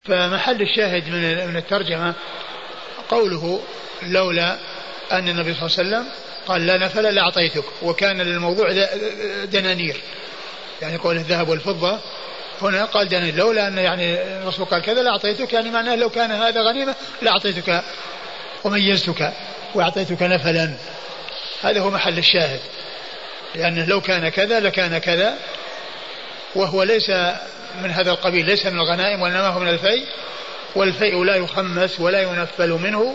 فمحل الشاهد من الترجمة قوله لولا أن النبي صلى الله عليه وسلم قال لا نفل لأعطيتك، وكان للموضوع دنانير، يعني قول الذهب والفضة، هنا قال دنانير، لولا أن يعني الرسول قال كذا لأعطيتك، يعني معناه لو كان هذا غنيمة لأعطيتك وميزتك وأعطيتك نفلا. هذا هو محل الشاهد، لأنه لو كان كذا لكان كذا، وهو ليس من هذا القبيل، ليس من الغنائم وإنما هو من الفيء، والفيء لا يخمس ولا ينفل منه.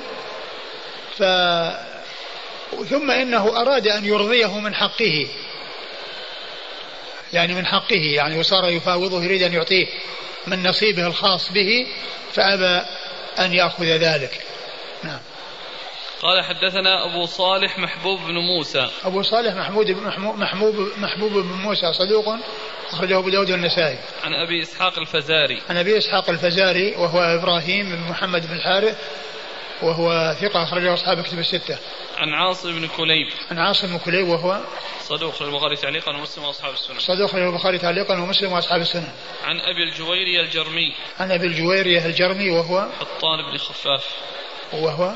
ثم إنه أراد أن يرضيه من حقه، يعني من حقه، يعني وصار يفاوضه يريد أن يعطيه من نصيبه الخاص به، فأبى أن يأخذ ذلك. نعم. قال حدثنا أبو صالح محبوب بن موسى. أبو صالح محبوب بن موسى صدوق أخرجه أبو داود والنسائي. عن أبي إسحاق الفزاري. عن أبي إسحاق الفزاري وهو إبراهيم بن محمد بن الحارث وهو ثقة أخرجه أصحاب كتب الستة. عن عاصم بن كليب. عن عاصم بن كليب وهو صدوق أخرجه البخاري تعليقا ومسلم وأصحاب السنن. صدوق أخرجه البخاري تعليقا ومسلم وأصحاب السنن. عن أبي الجويري الجرمي. عن أبي الجويري الجرمي وهو حطان بن خفاف. وهو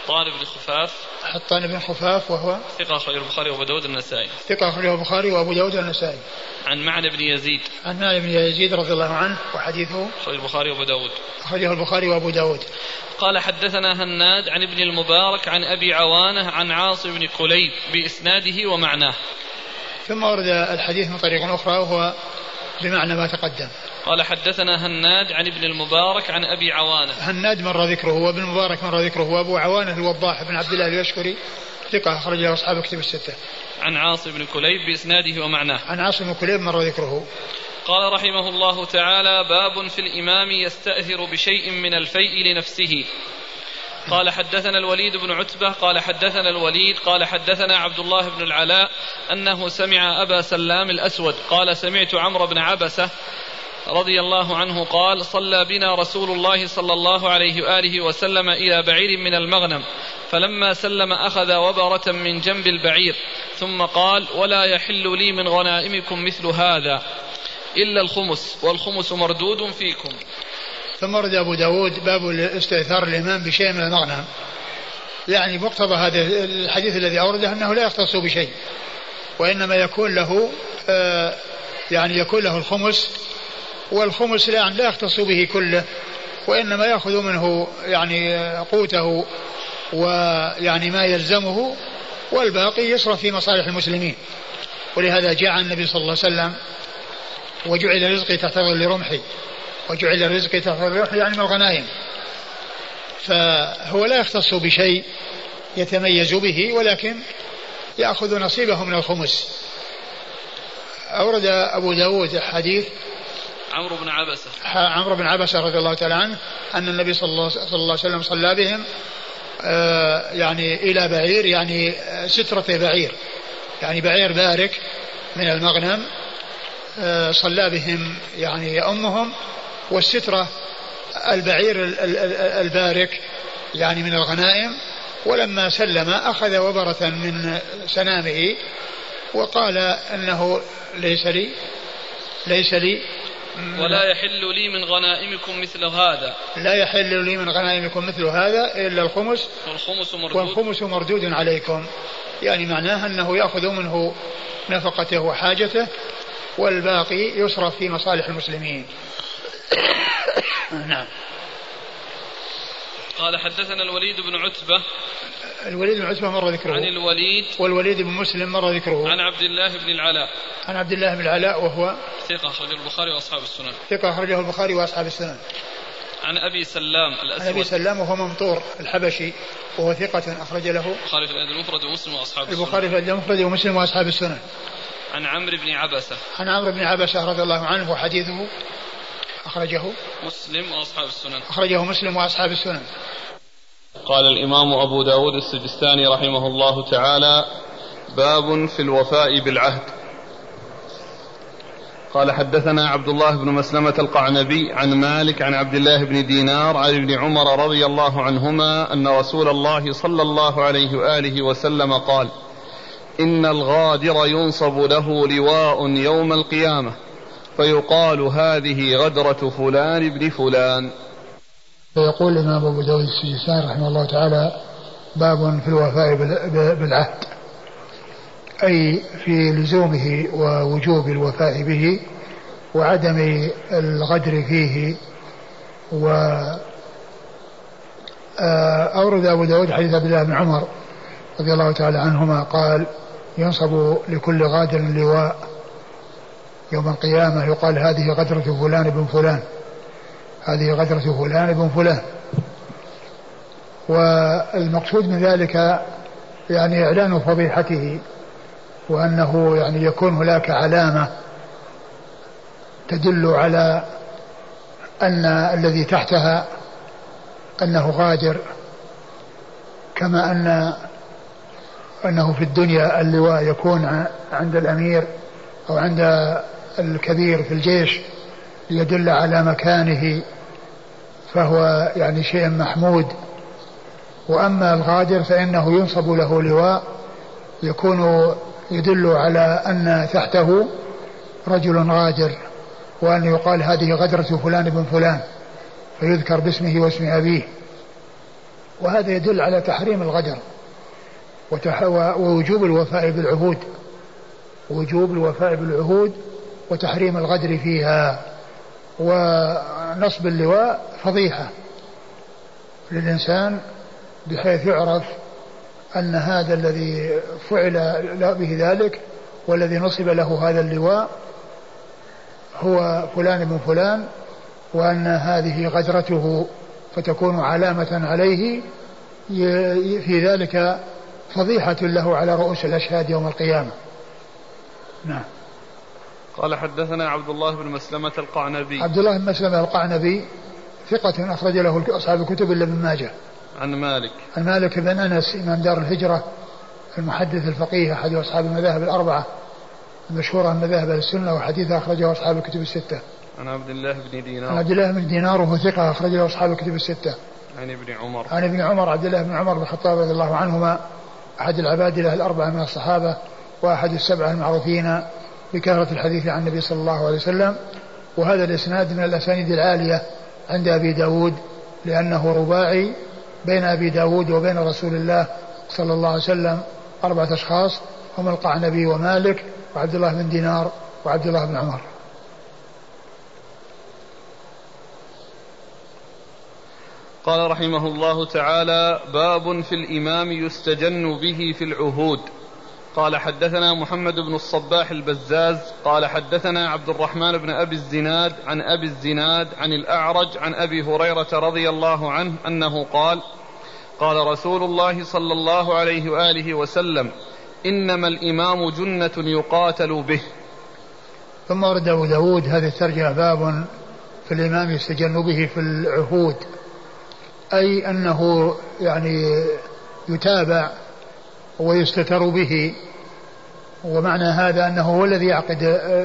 حطان بن خفاف وهو ثقة أخرجه البخاري وأبو داود النسائي. ثقة أخرجه البخاري وأبو داود النسائي. عن معن بن يزيد. عن معن بن يزيد رضي الله عنه وحديثه أخرجه البخاري وأبو داود. أخرجه البخاري وأبو داود. قال حدثنا هناد عن ابن المبارك عن أبي عوانة عن عاصم بن كليب بإسناده ومعناه. ثم ورد الحديث من طريق أخرى وهو بمعنى ما تقدم. قال حدثنا هناد عن ابن المبارك عن أبي عوانة. هناد مر ذكره، وابن المبارك مر ذكره، وأبو عوانة الوضاح بن عبد الله اليشكري ثقة أخرج له أصحاب كتب الستة. عن عاصم بن كليب بإسناده ومعناه. عن عاصم بن كليب مر ذكره. قال رحمه الله تعالى: باب في الإمام يستأثر بشيء من الفيء لنفسه. قال حدثنا الوليد بن عتبة قال حدثنا الوليد قال حدثنا عبد الله بن العلاء أنه سمع أبا سلام الأسود قال سمعت عمرو بن عبسة رضي الله عنه قال: صلى بنا رسول الله صلى الله عليه وآله وسلم إلى بعير من المغنم، فلما سلم أخذ وبرة من جنب البعير، ثم قال: ولا يحل لي من غنائمكم مثل هذا إلا الخمس، والخمس مردود فيكم. ثم ورد أبو داود باب استئثار الإمام بشيء من المغنم، يعني مقتضى هذا الحديث الذي أورده أنه لا يختص بشيء، وإنما يكون له يعني يكون له الخمس، والخمس لا يختص به كله، وإنما يأخذ منه يعني قوته ويعني ما يلزمه، والباقي يصرف في مصالح المسلمين. ولهذا جاء النبي صلى الله عليه وسلم: وجعل رزقي تحت ظل رمحي، وجعل رزقي تحت ظل رمحي يعني من الغنائم. فهو لا يختص بشيء يتميز به، ولكن يأخذ نصيبه من الخمس. أورد أبو داود حديث عمرو بن عبسة رضي الله تعالى عنه أن النبي صلى الله عليه وسلم صلى بهم يعني إلى بعير، يعني سترة بعير، يعني بعير بارك من المغنم، صلى بهم يعني يأمهم، والسترة البعير البارك يعني من الغنائم. ولما سلم أخذ وبرة من سنامه وقال: إنه ليس لي ولا يحل لي من غنائمكم مثل هذا، لا يحل لي من غنائمكم مثل هذا إلا الخمس، والخمس مردود عليكم. يعني معناه أنه يأخذ منه نفقته وحاجته، والباقي يصرف في مصالح المسلمين. نعم. قال حدثنا الوليد بن عتبة. الوليد بن عتبة مر ذكره. عن الوليد والوليد بن مسلم مر ذكره. عن عبد الله بن العلاء. عن عبد الله بن العلاء وهو ثقة أخرجه البخاري وأصحاب السنن. ثقة أخرجه البخاري وأصحاب السنن. عن أبي سلام الأسود. عن أبي سلام وهو ممطور الحبشي وهو ثقة أخرج له البخاري في الأدب المفرد ومسلم وأصحاب السنن. البخاري في الأدب المفرد ومسلم وأصحاب السنن. عن عمرو بن عبسة. عن عمرو بن عبسة رضي الله عنه وحديثه أخرجه مسلم وأصحاب السنن. أخرجه مسلم وأصحاب السنن. قال الإمام أبو داود السجستاني رحمه الله تعالى: باب في الوفاء بالعهد. قال حدثنا عبد الله بن مسلمة القعنبي عن مالك عن عبد الله بن دينار عن ابن عمر رضي الله عنهما أن رسول الله صلى الله عليه وآله وسلم قال: إن الغادر ينصب له لواء يوم القيامة فيقال: هذه غدرة فلان ابن فلان. فيقول الإمام أبو داود السجستاني رحمه الله تعالى: باب في الوفاء بالعهد، أي في لزومه ووجوب الوفاء به وعدم الغدر فيه. أورد أبو داود حديث عبد الله بن عمر رضي الله تعالى عنهما قال: ينصب لكل غادر لواء يوم القيامة يقال هذه غدرة فلان بن فلان، هذه غدرة فلان بن فلان. والمقصود من ذلك يعني إعلان فضيحته، وأنه يعني يكون هناك علامة تدل على أن الذي تحتها أنه غادر، كما أنه في الدنيا اللواء يكون عند الأمير أو عند الكبير في الجيش ليدل على مكانه، فهو يعني شيء محمود. وأما الغادر فإنه ينصب له لواء يكون يدل على أن تحته رجل غادر، وأن يقال هذه غدرة فلان بن فلان، فيذكر باسمه واسم أبيه. وهذا يدل على تحريم الغدر ووجوب الوفاء بالعهود، وجوب الوفاء بالعهود وتحريم الغدر فيها. ونصب اللواء فضيحة للإنسان بحيث يعرف أن هذا الذي فعل به ذلك والذي نصب له هذا اللواء هو فلان بن فلان، وأن هذه غدرته فتكون علامة عليه في ذلك فضيحة له على رؤوس الأشهاد يوم القيامة. نعم. قال: حدثنا عبد الله بن مسلمة القعنبي. عبد الله بن مسلمة القعنبي ثقة أخرج له أصحاب الكتب إلا ابن ماجه. عن مالك. عن مالك بن أنس إمام دار الهجرة المحدث الفقيه أحد أصحاب المذاهب الأربعة المشهورة من مذاهب السنة، وحديثه أخرجه أصحاب الكتب الستة. عن عبد الله بن دينار. عن عبد الله بن دينار وهو ثقة أخرجه أصحاب الكتب الستة. عن ابن عمر. عن ابن عمر عبد الله بن عمر بن الخطاب رضي الله عنهما أحد العبادلة الأربعة من الصحابة وأحد السبعة المعروفين بكثرة الحديث عن النبي صلى الله عليه وسلم. وهذا الإسناد من الأسانيد العالية عند أبي داود، لأنه رباعي بين أبي داود وبين رسول الله صلى الله عليه وسلم 4 أشخاص هم القعنبي ومالك وعبد الله بن دينار وعبد الله بن عمر. قال رحمه الله تعالى: باب في الإمام يستجن به في العهود. قال: حدثنا محمد بن الصباح البزاز قال: حدثنا عبد الرحمن بن أبي الزناد عن أبي الزناد عن الأعرج عن أبي هريرة رضي الله عنه أنه قال: قال رسول الله صلى الله عليه وآله وسلم: إنما الإمام جنة يقاتل به. ثم ورد أبو داود هذه الترجمة: باب في الإمام يستجن به في العهود، أي أنه يعني يتابع ويستتر به. ومعنى هذا أنه هو الذي يعقد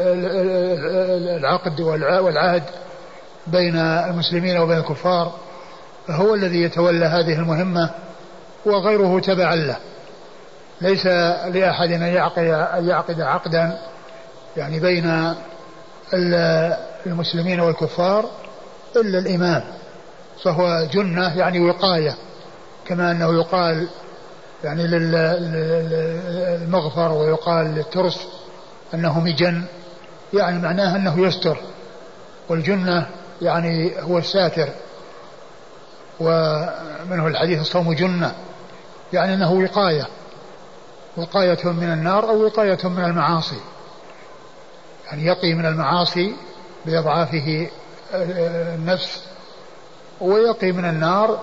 العقد والعهد بين المسلمين وبين الكفار، فهو الذي يتولى هذه المهمة وغيره تبعا له. ليس لأحد أن يعقد عقدا يعني بين المسلمين والكفار إلا الإمام، فهو جنة يعني وقاية، كما أنه يقال يعني للمغفر ويقال للترس أنه مجن، يعني معناه أنه يستر، والجنة يعني هو الساتر. ومنه الحديث: الصوم جنة، يعني أنه وقاية من النار أو وقاية من المعاصي، يعني يقي من المعاصي بإضعافه النفس، ويقي من النار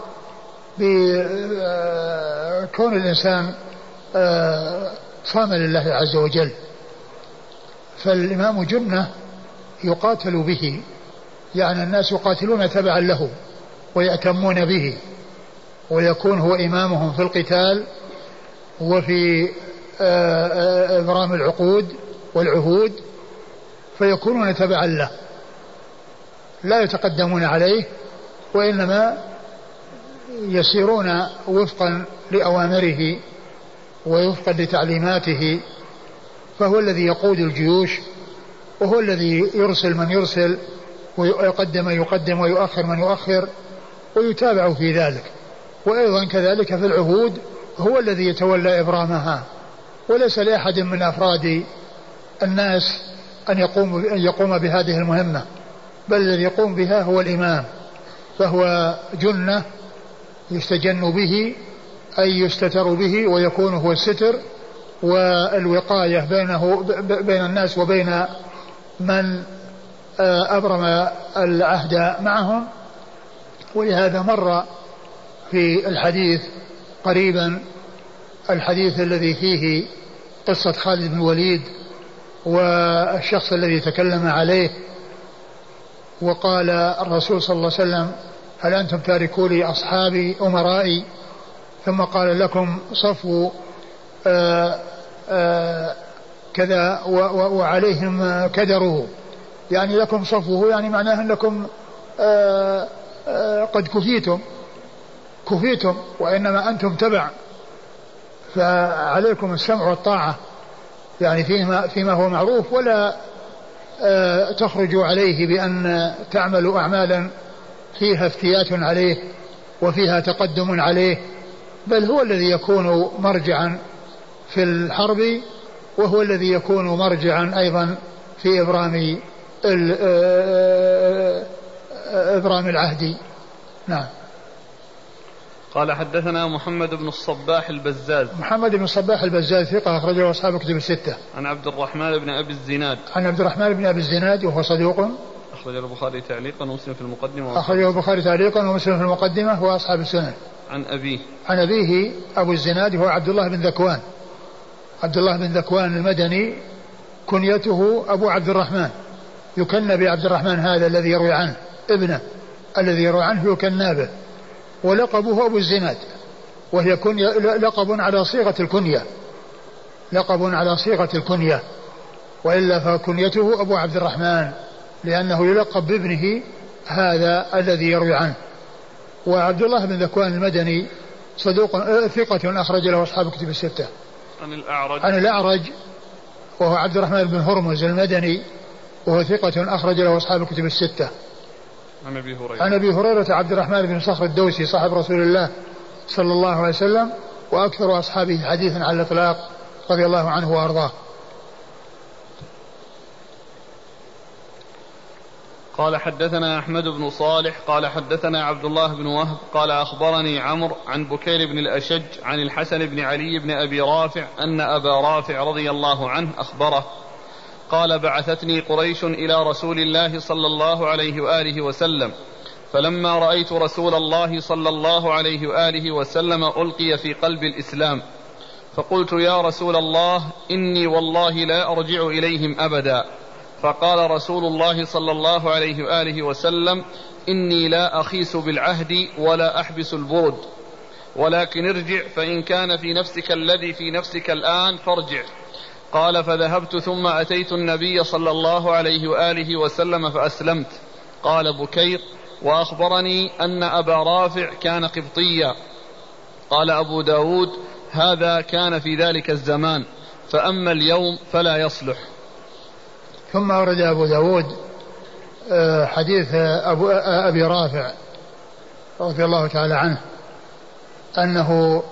بكون الإنسان صام لله عز وجل. فالإمام جنة يقاتل به، يعني الناس يقاتلون تبعا له ويأتمون به، ويكون هو إمامهم في القتال وفي إبرام العقود والعهود، فيكونون تبعا له لا يتقدمون عليه، وإنما يسيرون وفقا لأوامره ووفقا لتعليماته. فهو الذي يقود الجيوش، وهو الذي يرسل من يرسل، ويقدم من يقدم ويؤخر من يؤخر، ويتابع في ذلك. وأيضا كذلك في العهود هو الذي يتولى إبرامها، وليس لأحد من أفراد الناس أن يقوم بهذه المهمة، بل الذي يقوم بها هو الإمام، فهو جنة يستجن به أي يستتر به، ويكون هو الستر والوقاية بين الناس وبين من أبرم العهد معهم. ولهذا مر في الحديث قريبا الحديث الذي فيه قصة خالد بن الوليد والشخص الذي تكلم عليه، وقال الرسول صلى الله عليه وسلم: هل أنتم تاركوا لي أصحابي أمرائي؟ ثم قال: لكم صفوا كذا وعليهم كدره، يعني لكم صفوه، يعني معناه أنكم قد كفيتم وإنما أنتم تبع، فعليكم السمع والطاعة يعني فيما هو معروف، ولا تخرجوا عليه بأن تعملوا أعمالا فيها افتيات عليه وفيها تقدم عليه، بل هو الذي يكون مرجعا في الحرب، وهو الذي يكون مرجعا أيضا في إبرام العهد. نعم. قال حدثنا محمد بن الصباح البزاز. محمد بن الصباح البزاز ثقة أخرجه أصحاب كتب الستة. عن عبد الرحمن بن أبي الزناد. عن عبد الرحمن بن أبي الزناد وهو صدوق أخرجه البخاري تعليقا ومسلم في المقدمة. أخرجه البخاري تعليقا ومسلم في المقدمة وأصحاب السنن. عن أبيه أبو الزناد هو عبد الله بن ذكوان. عبد الله بن ذكوان المدني كنيته أبو عبد الرحمن، يكنى بعبد الرحمن هذا الذي يروي عنه، ابنه الذي يروي عنه يكنى به، ولقبه أبو الزناد، وهي لقب على صيغة الكنية، لقب على صيغة الكنية، وإلا فكنيته أبو عبد الرحمن لأنه يلقب بابنه هذا الذي يروي عنه. وعبد الله بن ذكوان المدني صدوق ثقة أخرج له أصحاب كتب الستة. عن الأعرج وهو عبد الرحمن بن هرمز المدني وهو ثقة أخرج له أصحاب كتب الستة. عن أبي هريرة عبد الرحمن بن صخر الدوسي صاحب رسول الله صلى الله عليه وسلم وأكثر أصحابه حديثا على الإطلاق رضي الله عنه وأرضاه. قال حدثنا أحمد بن صالح قال حدثنا عبد الله بن وهب قال أخبرني عمرو عن بكير بن الأشج عن الحسن بن علي بن أبي رافع أن أبا رافع رضي الله عنه أخبره قال: بعثتني قريش إلى رسول الله صلى الله عليه وآله وسلم، فلما رأيت رسول الله صلى الله عليه وآله وسلم ألقي في قلب الإسلام، فقلت: يا رسول الله، إني والله لا أرجع إليهم أبدا. فقال رسول الله صلى الله عليه وآله وسلم: إني لا أخيس بالعهد ولا أحبس البرد، ولكن ارجع، فإن كان في نفسك الذي في نفسك الآن فارجع. قال: فذهبت ثم أتيت النبي صلى الله عليه وآله وسلم فأسلمت. قال بكير: وأخبرني أن أبا رافع كان قبطيا. قال أبو داود: هذا كان في ذلك الزمان، فأما اليوم فلا يصلح. ثم أورد أبو داود حديث أبي رافع رضي الله تعالى عنه أنه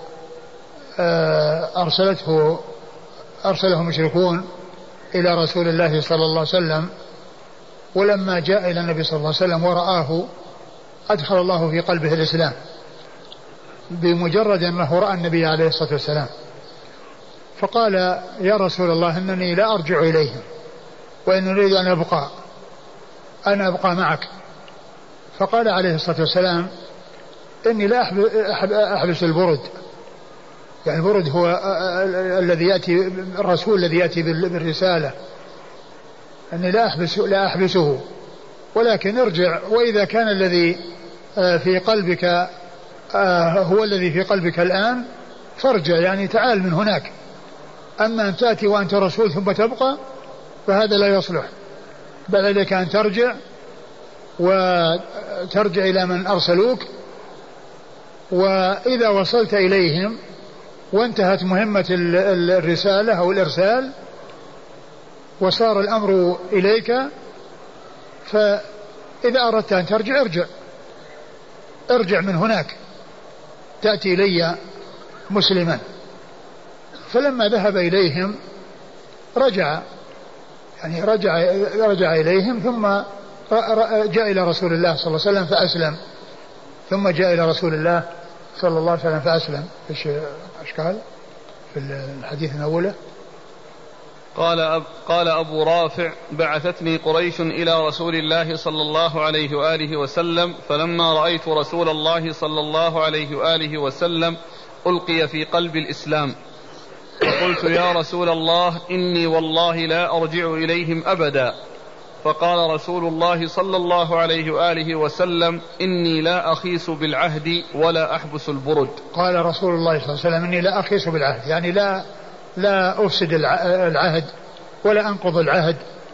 أرسله مشركون إلى رسول الله صلى الله عليه وسلم، ولما جاء إلى النبي صلى الله عليه وسلم ورآه أدخل الله في قلبه الإسلام بمجرد أنه رأى النبي عليه الصلاة والسلام، فقال: يا رسول الله، إنني لا أرجع إليهم وإن أريد أن أبقى معك. فقال عليه الصلاة والسلام: إني لا أحبس البرد، يعني البرد هو الذي يأتي الرسول الذي يأتي بالرسالة، أني لا أحبسه، ولكن ارجع، وإذا كان الذي في قلبك هو الذي في قلبك الآن فارجع، يعني تعال من هناك. أما أن تأتي وأنت رسول ثم تبقى فهذا لا يصلح، بل عليك أن ترجع وترجع إلى من أرسلوك، وإذا وصلت إليهم وانتهت مهمة الرسالة أو الإرسال وصار الأمر إليك، فإذا أردت أن ترجع ارجع، ارجع من هناك تأتي إلي مسلما. فلما ذهب إليهم رجع إليهم، ثم جاء إلى رسول الله صلى الله عليه وسلم فأسلم. ثم جاء إلى رسول الله صلى الله عليه وسلم فأسلم. إيش أشكال في الحديث الأول؟ قال أبو رافع: بعثتني قريش إلى رسول الله صلى الله عليه وآله وسلم، فلما رأيت رسول الله صلى الله عليه وآله وسلم ألقي في قلب الإسلام، فقلت: يا رسول الله، إني والله لا أرجع إليهم أبدا. فقال رسول الله صلى الله عليه وآله وسلم: إني لا أخيس بالعهد ولا أحبس البرد. قال رسول الله صلى الله عليه وسلم: إني لا أخيس بالعهد، يعني لا أفسد العهد ولا أنقض العهد،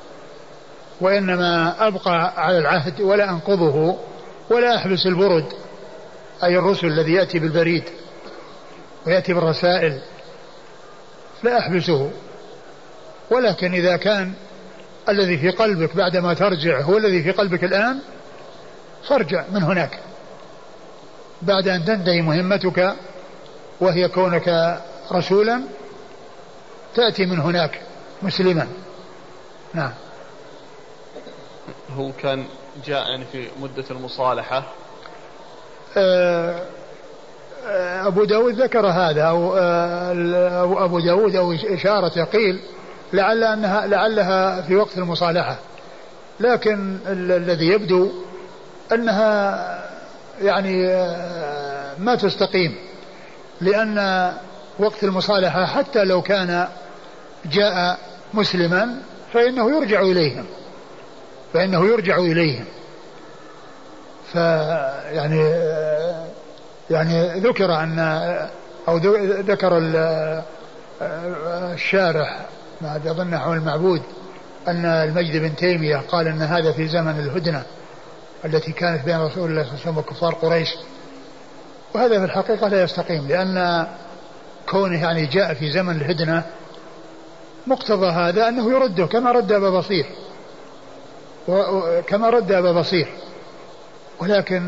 وإنما أبقى على العهد ولا أنقضه ولا أحبس البرد، أي الرسل الذي يأتي بالبريد ويأتي بالرسائل لا أحبسه. ولكن إذا كان الذي في قلبك بعدما ترجع هو الذي في قلبك الآن، فارجع من هناك بعد أن تنتهي مهمتك، وهي كونك رسولا، تأتي من هناك مسلما. نعم. هو كان جاء يعني في مدة المصالحة. أبو داود ذكر هذا، أو أبو داود أو إشارة قيل لعلها في وقت المصالحة، لكن الذي يبدو أنها يعني ما تستقيم، لأن وقت المصالحة حتى لو كان جاء مسلما فإنه يرجع إليهم. يعني ذكر أن أو ذكر الشارح ما أظنه المعبود أن المجد بن تيمية قال أن هذا في زمن الهدنة التي كانت بين رسول الله صلى الله عليه وسلم وكفار قريش، وهذا في الحقيقة لا يستقيم، لأن كونه يعني جاء في زمن الهدنة مقتضى هذا أنه يرده كما رد أبا بصير، ولكن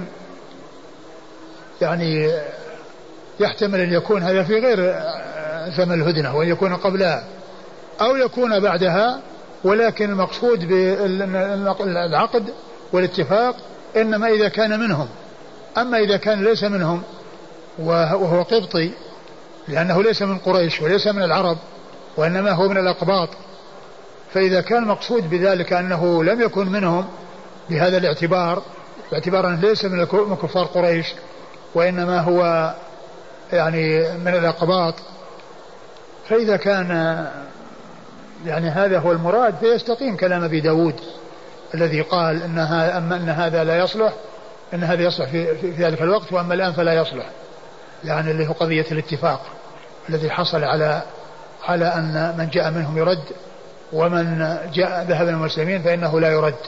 يعني يحتمل أن يكون هذا في غير زمن الهدنة، وأن يكون قبلها أو يكون بعدها، ولكن المقصود بالعقد والاتفاق إنما إذا كان منهم. أما إذا كان ليس منهم وهو قبطي، لأنه ليس من قريش وليس من العرب وإنما هو من الأقباط، فإذا كان المقصود بذلك أنه لم يكن منهم بهذا الاعتبار، باعتبار أنه ليس من كفار قريش وإنما هو يعني من الأقباط، فإذا كان يعني هذا هو المراد فيستقيم كلام أبي داود الذي قال أن هذا لا يصلح، أن هذا يصلح في ذلك الوقت، وأما الآن فلا يصلح، يعني اللي هو قضية الاتفاق الذي حصل على أن من جاء منهم يرد، ومن جاء ذهب من المسلمين فإنه لا يرد.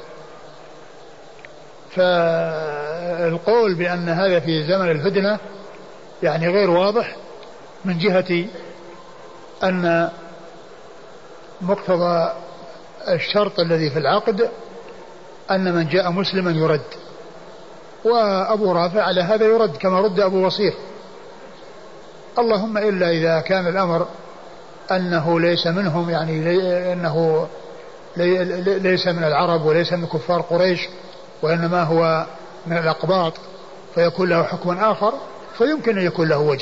فالقول بأن هذا في زمن الهدنة يعني غير واضح، من جهة أن مقتضى الشرط الذي في العقد أن من جاء مسلما يرد، وأبو رافع على هذا يرد كما رد أبو بصير، اللهم إلا إذا كان الأمر أنه ليس منهم، يعني أنه ليس من العرب وليس من كفار قريش وإنما هو من الأقباط، فيكون له حكم آخر، فيمكن أن يكون له وجه.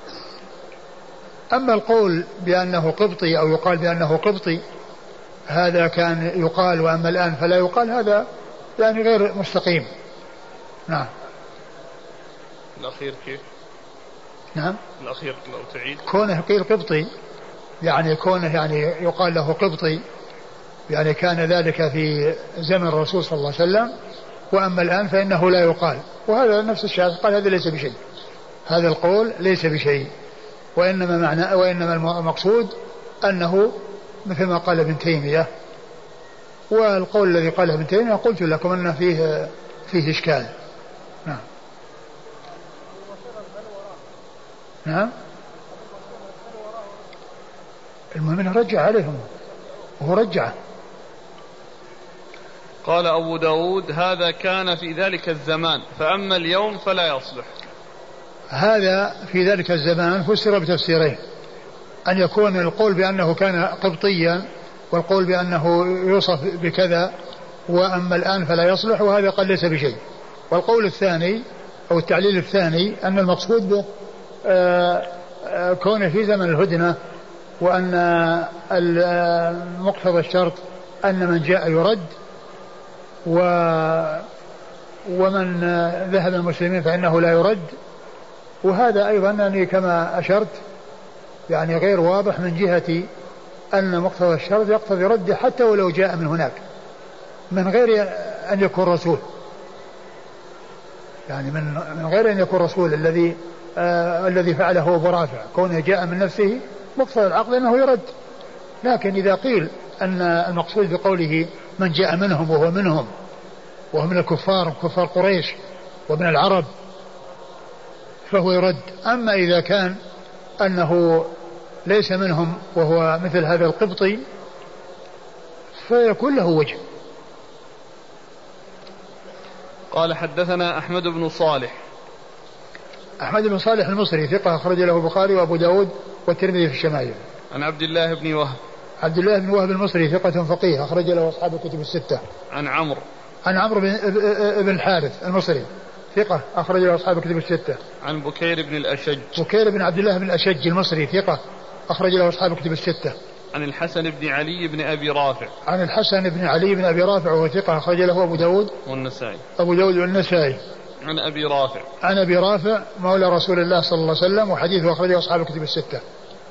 أما القول بأنه قبطي أو يقال بأنه قبطي هذا كان يقال، وأما الآن فلا يقال، هذا يعني غير مستقيم. نعم. الأخير كيف؟ نعم الأخير لو تعيد. كونه قيل قبطي، يعني كونه يعني يقال له قبطي، يعني كان ذلك في زمن الرسول صلى الله عليه وسلم، وأما الآن فإنه لا يقال، وهذا نفس الشيء قال هذا ليس بشيء، هذا القول ليس بشيء، وإنما المقصود أنه مثل ما قال ابن تيمية، والقول الذي قاله ابن تيمية قلت لكم أنه فيه إشكال. نعم. نعم. المؤمن رجع عليهم وهو رجع. قال أبو داود هذا كان في ذلك الزمان فأما اليوم فلا يصلح. هذا في ذلك الزمان فسر بتفسيرين، أن يكون القول بأنه كان قبطيا والقول بأنه يوصف بكذا، وأما الآن فلا يصلح، وهذا قد ليس بشيء. والقول الثاني أو التعليل الثاني أن المقصود به كونه في زمن الهدنة، وأن مقتضى الشرط أن من جاء يرد، ومن ذهب المسلمين فإنه لا يرد. وهذا أيضا يعني كما أشرت يعني غير واضح من جهة أن مقتضى الشرط يقتضي رده حتى ولو جاء من هناك من غير أن يكون رسول، يعني من غير أن يكون رسول الذي فعله أبو رافع كونه جاء من نفسه مقتضى العقل أنه يرد. لكن إذا قيل أن المقصود بقوله من جاء منهم وهو منهم وهو من الكفار كفار قريش ومن العرب فهو يرد. أما إذا كان أنه ليس منهم وهو مثل هذا القبطي فيكون له وجه. قال حدثنا أحمد بن صالح. أحمد بن صالح المصري ثقة أخرج له البخاري وأبو داود والترمذي في الشمائل. عن عبد الله بن وهب. عبد الله بن وهب المصري ثقة فقيه أخرج له أصحاب الكتب الستة. عن عمرو بن الحارث المصري ثقة أخرج له أصحاب الكتب الستة. عن بكير بن الأشج. بكير بن عبد الله بن الأشج المصري ثقة أخرج له أصحاب الكتب الستة. عن الحسن بن علي بن أبي رافع. عن الحسن بن علي بن أبي رافع وهو ثقة أخرج له أبو داود والنسائي. عن أبي رافع. عن أبي رافع مولى رسول الله صلى الله عليه وسلم وحديثه أخرجه أصحاب الكتب الستة.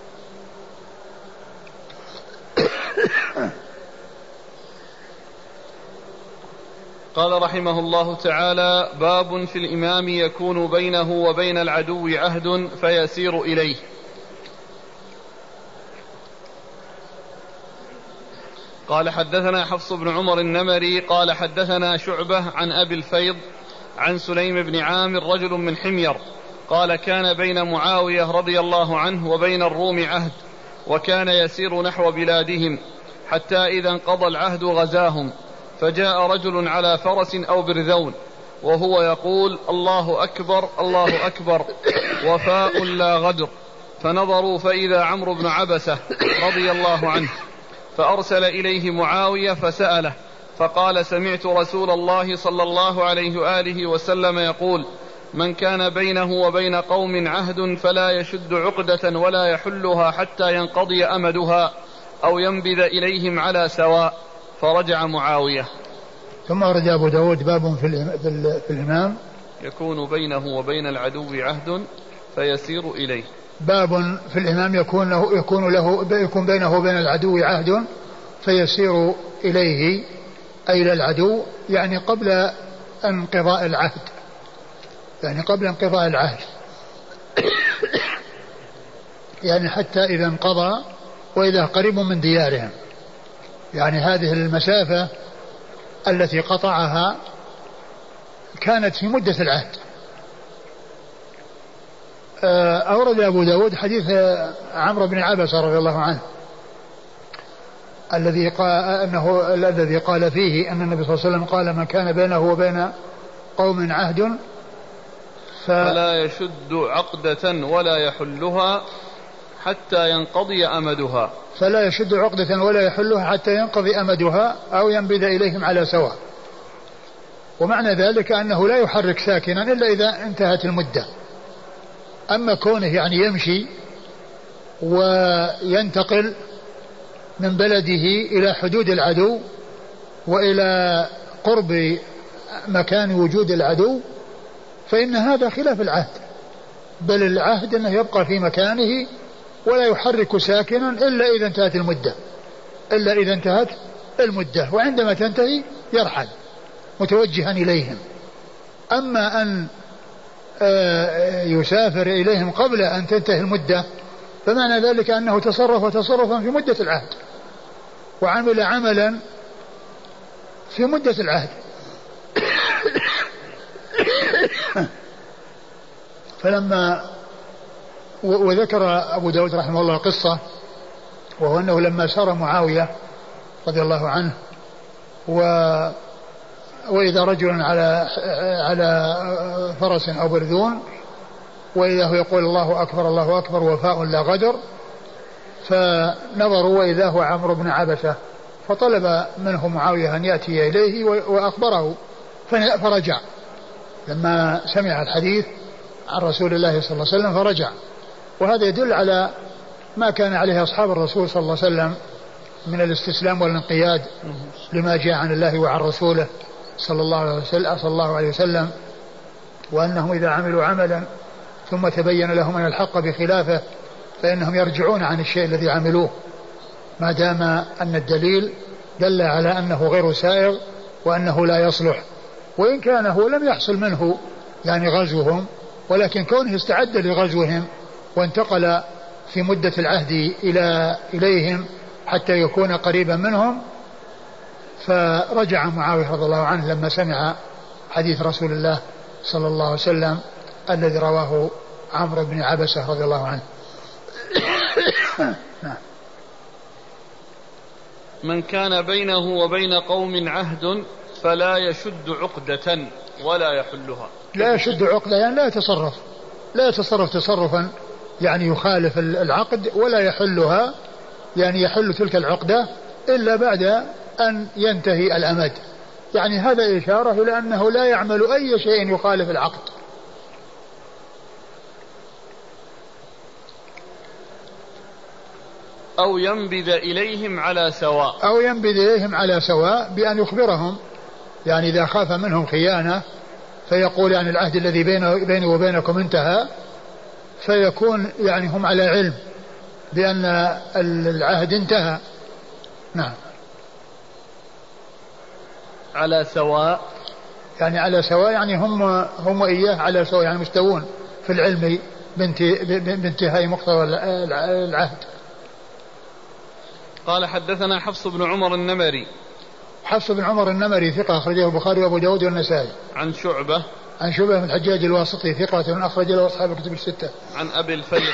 قال رحمه الله تعالى باب في الإمام يكون بينه وبين العدو عهد فيسير إليه. قال حدثنا حفص بن عمر النمري قال حدثنا شعبة عن أبي الفيض عن سليم بن عامر رجل من حمير قال كان بين معاوية رضي الله عنه وبين الروم عهد وكان يسير نحو بلادهم حتى إذا انقضى العهد غزاهم فجاء رجل على فرس أو برذون وهو يقول الله أكبر الله أكبر وفاء لا غدر فنظروا فإذا عمرو بن عبسة رضي الله عنه فأرسل إليه معاوية فسأله فقال سمعت رسول الله صلى الله عليه وآله وسلم يقول من كان بينه وبين قوم عهد فلا يشد عقدة ولا يحلها حتى ينقضي أمدها أو ينبذ إليهم على سواء فرجع معاوية. ثم أورد أبو داود باب في الإمام يكون بينه وبين العدو عهد فيسير إليه. باب في الإمام يكون بينه وبين العدو عهد فيسير إليه أي إلى العدو، يعني قبل انقضاء العهد، يعني حتى إذا انقضى وإذا قريب من ديارهم، يعني هذه المسافة التي قطعها كانت في مدة العهد. أورد أبو داود حديث عمرو بن عبسة رضي الله عنه الذي قال فيه أن النبي صلى الله عليه وسلم قال من كان بينه وبين قوم عهد فلا يشد عقدة ولا يحلها حتى ينقضي أمدها. فلا يشد عقدة ولا يحلها حتى ينقضي أمدها أو ينبذ إليهم على سواء. ومعنى ذلك أنه لا يحرك ساكنا إلا إذا انتهت المدة. أما كونه يعني يمشي وينتقل من بلده إلى حدود العدو وإلى قرب مكان وجود العدو فإن هذا خلاف العهد، بل العهد أنه يبقى في مكانه ولا يحرك ساكنا إلا إذا انتهت المدة وعندما تنتهي يرحل متوجها إليهم. أما أن يسافر إليهم قبل أن تنتهي المدة فمعنى ذلك أنه تصرف تصرفا في مدة العهد وعمل عملا في مدة العهد. فلما وذكر أبو داود رحمه الله قصة، وهو أنه لما سار معاوية رضي الله عنه وإذا رجل على فرس أو برذون وإذا هو يقول الله أكبر الله أكبر وفاء لا غدر. فنظروا وإذا هو عمرو بن عبسة فطلب منه معاوية أن يأتي إليه وأخبره فرجع لما سمع الحديث عن رسول الله صلى الله عليه وسلم فرجع. وهذا يدل على ما كان عليه أصحاب الرسول صلى الله عليه وسلم من الاستسلام والانقياد لما جاء عن الله وعن رسوله صلى الله عليه وسلم وأنهم إذا عملوا عملا ثم تبين لهم أن الحق بخلافه فإنهم يرجعون عن الشيء الذي عملوه ما دام أن الدليل دل على أنه غير سائغ وأنه لا يصلح. وإن كان هو لم يحصل منه يعني غزوهم ولكن كونه استعد لغزوهم وانتقل في مدة العهد إليهم حتى يكون قريبا منهم. فرجع معاوية رضي الله عنه لما سمع حديث رسول الله صلى الله عليه وسلم الذي رواه عمرو بن عبسة رضي الله عنه. من كان بينه وبين قوم عهد فلا يشد عقدة ولا يحلها. لا يشد عقدة يعني لا يتصرف تصرفا يعني يخالف العقد ولا يحلها يعني يحل تلك العقدة إلا بعد أن ينتهي الأمد. يعني هذا إشارة إلى أنه لا يعمل أي شيء يخالف العقد. أو ينبذ إليهم على سواء بأن يخبرهم يعني إذا خاف منهم خيانة فيقول يعني العهد الذي بيني وبينكم انتهى فيكون يعني هم على علم بأن العهد انتهى. نعم. على سواء يعني هم وإياه على سواء يعني مستوون في العلم بانتهاء مقتضى العهد. قال حدثنا حفص بن عمر النمري ثقة أخرجه البخاري وأبو داود والنسائي. عن شعبة بن الحجاج الواسطي ثقة أخرج له أصحاب الكتب الستة. عن أبي الفيض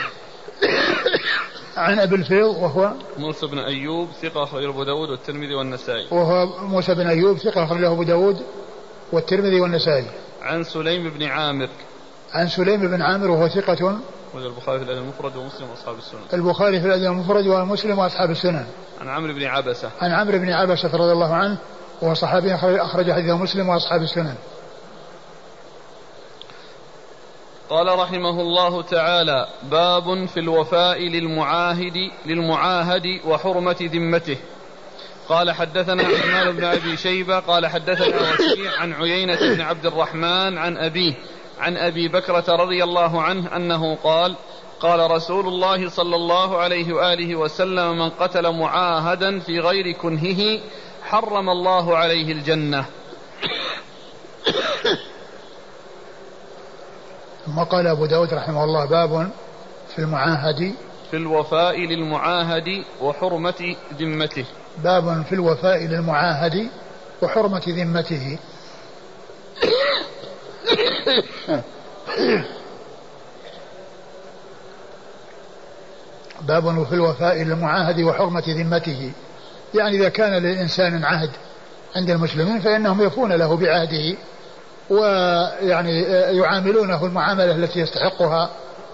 عن أبي الفيض وهو موسى بن أيوب ثقة أخرجه أبو داود والترمذي والنسائي. وهو موسى بن أيوب ثقة أخرجه أبو داود والترمذي والنسائي. عن سليم بن عامر وهو ثقة البخاري في الأدب المفرد ومسلم وأصحاب السنن. البخاري في الأدب المفرد ومسلم وأصحاب السنن. عن عمرو بن عبسة رضي الله عنه وهو صحابي أخرج حديثه مسلم وأصحاب السنن. قال رحمه الله تعالى: باب في الوفاء للمعاهد وحرمة ذمته. قال حدثنا عثمان بن أبي شيبة قال حدثنا وكيع عن عيينة بن عبد الرحمن عن أبيه عن أبي بكرة رضي الله عنه أنه قال: قال رسول الله صلى الله عليه وآله وسلم: من قتل معاهدا في غير كنهه حرم الله عليه الجنة. ثم قال أبو داود رحمه الله: باب في الوفاء للمعاهد وحرمة ذمته. باب في الوفاء للمعاهد وحرمة ذمته. باب في الوفاء للمعاهد وحرمة ذمته، يعني إذا كان للإنسان عهد عند المسلمين فإنهم يفون له بعهده ويعني يعاملونه المعاملة التي يستحقها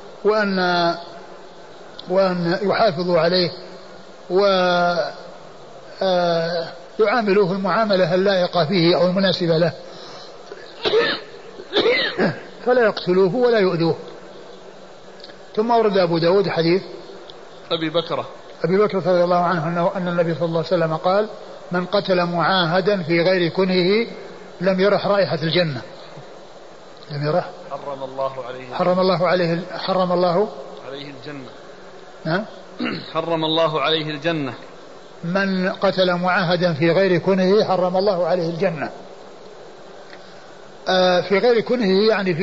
وأن يحافظوا عليه ويعاملوه المعاملة اللائقة فيه أو المناسبة له فلا يقتلوه ولا يؤذوه. ثم ورد أبو داود حديث أبي بكرة رضي الله عنه أن النبي صلى الله عليه وسلم قال: من قتل معاهدا في غير كنهه لم يرح رائحة الجنة. لم يرح حرم الله عليه الجنة. نعم. حرم الله عليه الجنة. من قتل معاهدا في غير كنهه حرم الله عليه الجنة. في غير كنهه يعني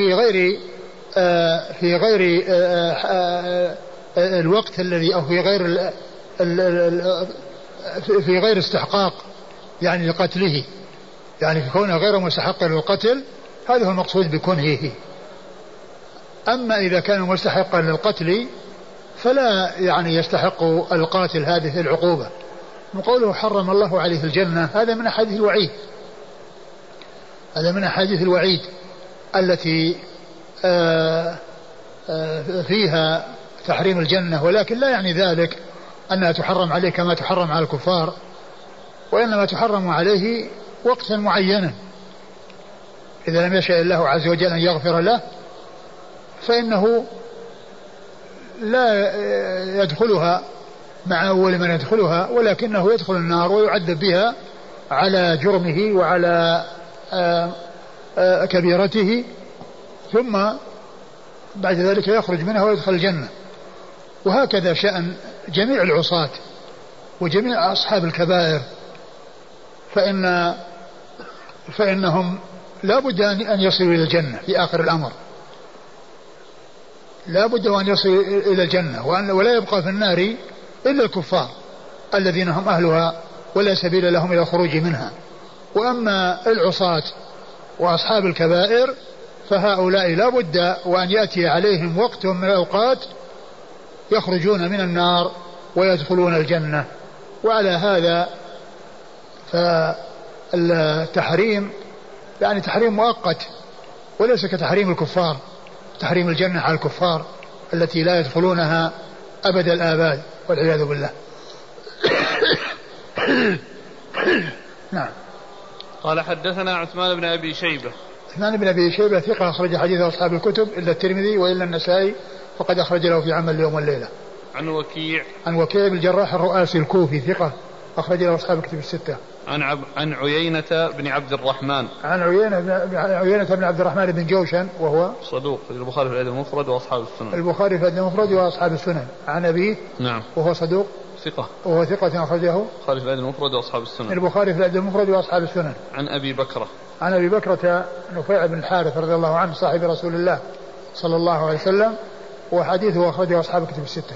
في غير الوقت الذي أو في غير استحقاق يعني لقتله، يعني في كونه غير مستحق للقتل، هذا هو المقصود بكنهه. أما إذا كان مستحقا للقتل فلا يعني يستحق القاتل هذه العقوبة. وقوله حرم الله عليه الجنة هذا من أحاديث الوعيد، هذا من أحاديث الوعيد التي فيها تحريم الجنة، ولكن لا يعني ذلك أنها تحرم عليه كما تحرم على الكفار، وإنما تحرم عليه وقتا معينا، إذا لم يشاء الله عز وجل أن يغفر له فإنه لا يدخلها مع أول من يدخلها، ولكنه يدخل النار ويعذب بها على جرمه وعلى كبيرته، ثم بعد ذلك يخرج منها ويدخل الجنة. وهكذا شأن جميع العصاة وجميع أصحاب الكبائر، فإنهم لا بد أن يصلوا إلى الجنة في آخر الأمر، لا بد أن يصلوا إلى الجنة، ولا يبقى في النار إلا الكفار الذين هم أهلها ولا سبيل لهم إلى الخروج منها. وأما العصاة وأصحاب الكبائر فهؤلاء لا بد وأن يأتي عليهم وقت من الأوقات يخرجون من النار ويدخلون الجنة. وعلى هذا فالتحريم يعني تحريم مؤقت وليس كتحريم الكفار، تحريم الجنة على الكفار التي لا يدخلونها أبد الآباد والعياذ بالله. نعم. قال حدثنا عثمان بن أبي شيبة. عثمان بن أبي شيبة ثقة أخرج حديث أصحاب الكتب إلا الترمذي وإلا النسائي فقد أخرج له في عمل اليوم والليلة. عن وكيع. عن وكيع بن الجراح الرؤاسي الكوفي ثقة أخرج له أصحاب الكتب الستة. عن عيينة بن عبد الرحمن. عن عيينة بن عبد الرحمن بن جوشن وهو صدوق في البخاري في الأدب المفرد وأصحاب السنن. البخاري في الأدب المفرد وأصحاب السنن. عن أبيه. نعم. وهو صدوق. ثقة. وهو ثقة أخرجه. البخاري في الأدب المفرد وأصحاب السنن. البخاري في الأدب المفرد وأصحاب السنن. عن أبي بكرة. عن أبي بكرة نفيع بن الحارث رضي الله عنه صاحب رسول الله صلى الله عليه وسلم، وحديثه أخرجه أصحاب الكتب الستة.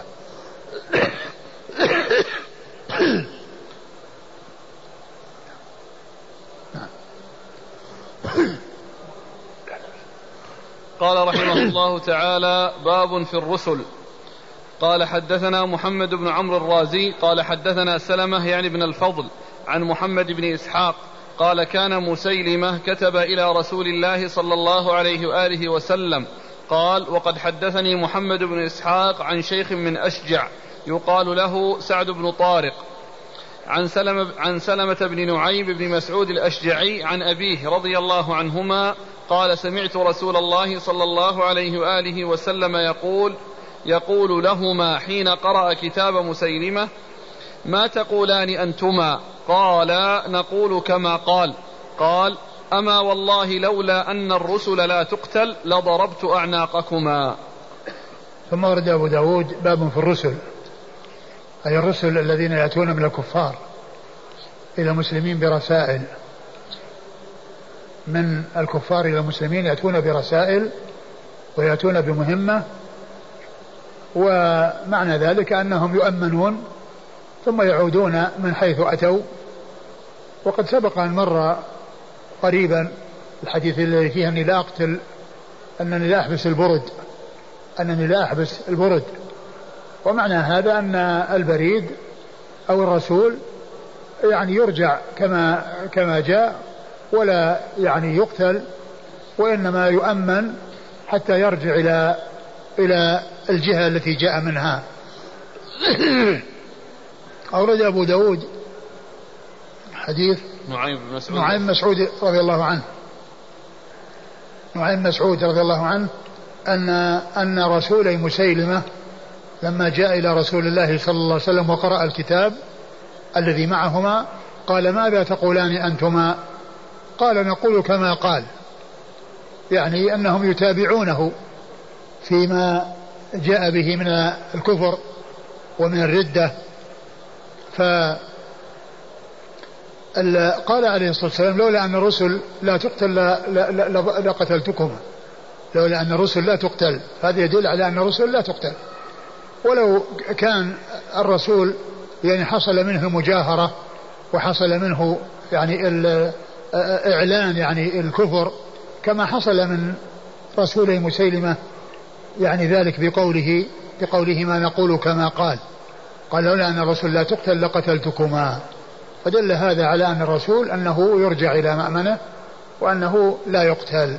قال رحمه الله تعالى: باب في الرسل. قال حدثنا محمد بن عمرو الرازي قال حدثنا سلمة يعني بن الفضل عن محمد بن إسحاق قال كان مسيلمة كتب إلى رسول الله صلى الله عليه وآله وسلم قال: وقد حدثني محمد بن إسحاق عن شيخ من أشجع يقال له سعد بن طارق عن سلمة بن نعيم بن مسعود الأشجعي عن أبيه رضي الله عنهما قال: سمعت رسول الله صلى الله عليه وآله وسلم يقول لهما حين قرأ كتاب مسيلمة: ما تقولان أنتما؟ قال: نقول كما قال: أما والله لولا أن الرسل لا تقتل لضربت أعناقكما. ثم ورد أبو داود باب في الرسل، أي الرسل الذين يأتون من الكفار إلى المسلمين برسائل، من الكفار إلى المسلمين يأتون برسائل ويأتون بمهمة، ومعنى ذلك أنهم يؤمنون ثم يعودون من حيث أتوا. وقد سبق أن مر قريبا الحديث الذي فيه أنني لا أقتل، أنني لا أحبس البرد، ومعنى هذا أن البريد أو الرسول يعني يرجع كما جاء ولا يعني يقتل، وإنما يؤمن حتى يرجع إلى الجهة التي جاء منها. أورد أبو داود حديث نعيم مسعود رضي الله عنه. نعيم مسعود رضي الله عنه أن رسولي مسيلمة لما جاء إلى رسول الله صلى الله عليه وسلم وقرأ الكتاب الذي معهما قال: ماذا تقولان أنتما؟ قال: نقول كما قال، يعني أنهم يتابعونه فيما جاء به من الكفر ومن الردة. قال عليه الصلاة والسلام: لولا أن الرسل لا تقتل لقتلتكما. لولا أن الرسل لا تقتل، هذا يدل على أن الرسل لا تقتل. ولو كان الرسول يعني حصل منه مجاهرة وحصل منه يعني إعلان يعني الكفر كما حصل من رسول مسيلمة، يعني ذلك بقوله ما نقول كما قال لولا أن الرسول لا تقتل لقتلتكما. فدل هذا على أن الرسول أنه يرجع إلى مأمنه وأنه لا يقتل.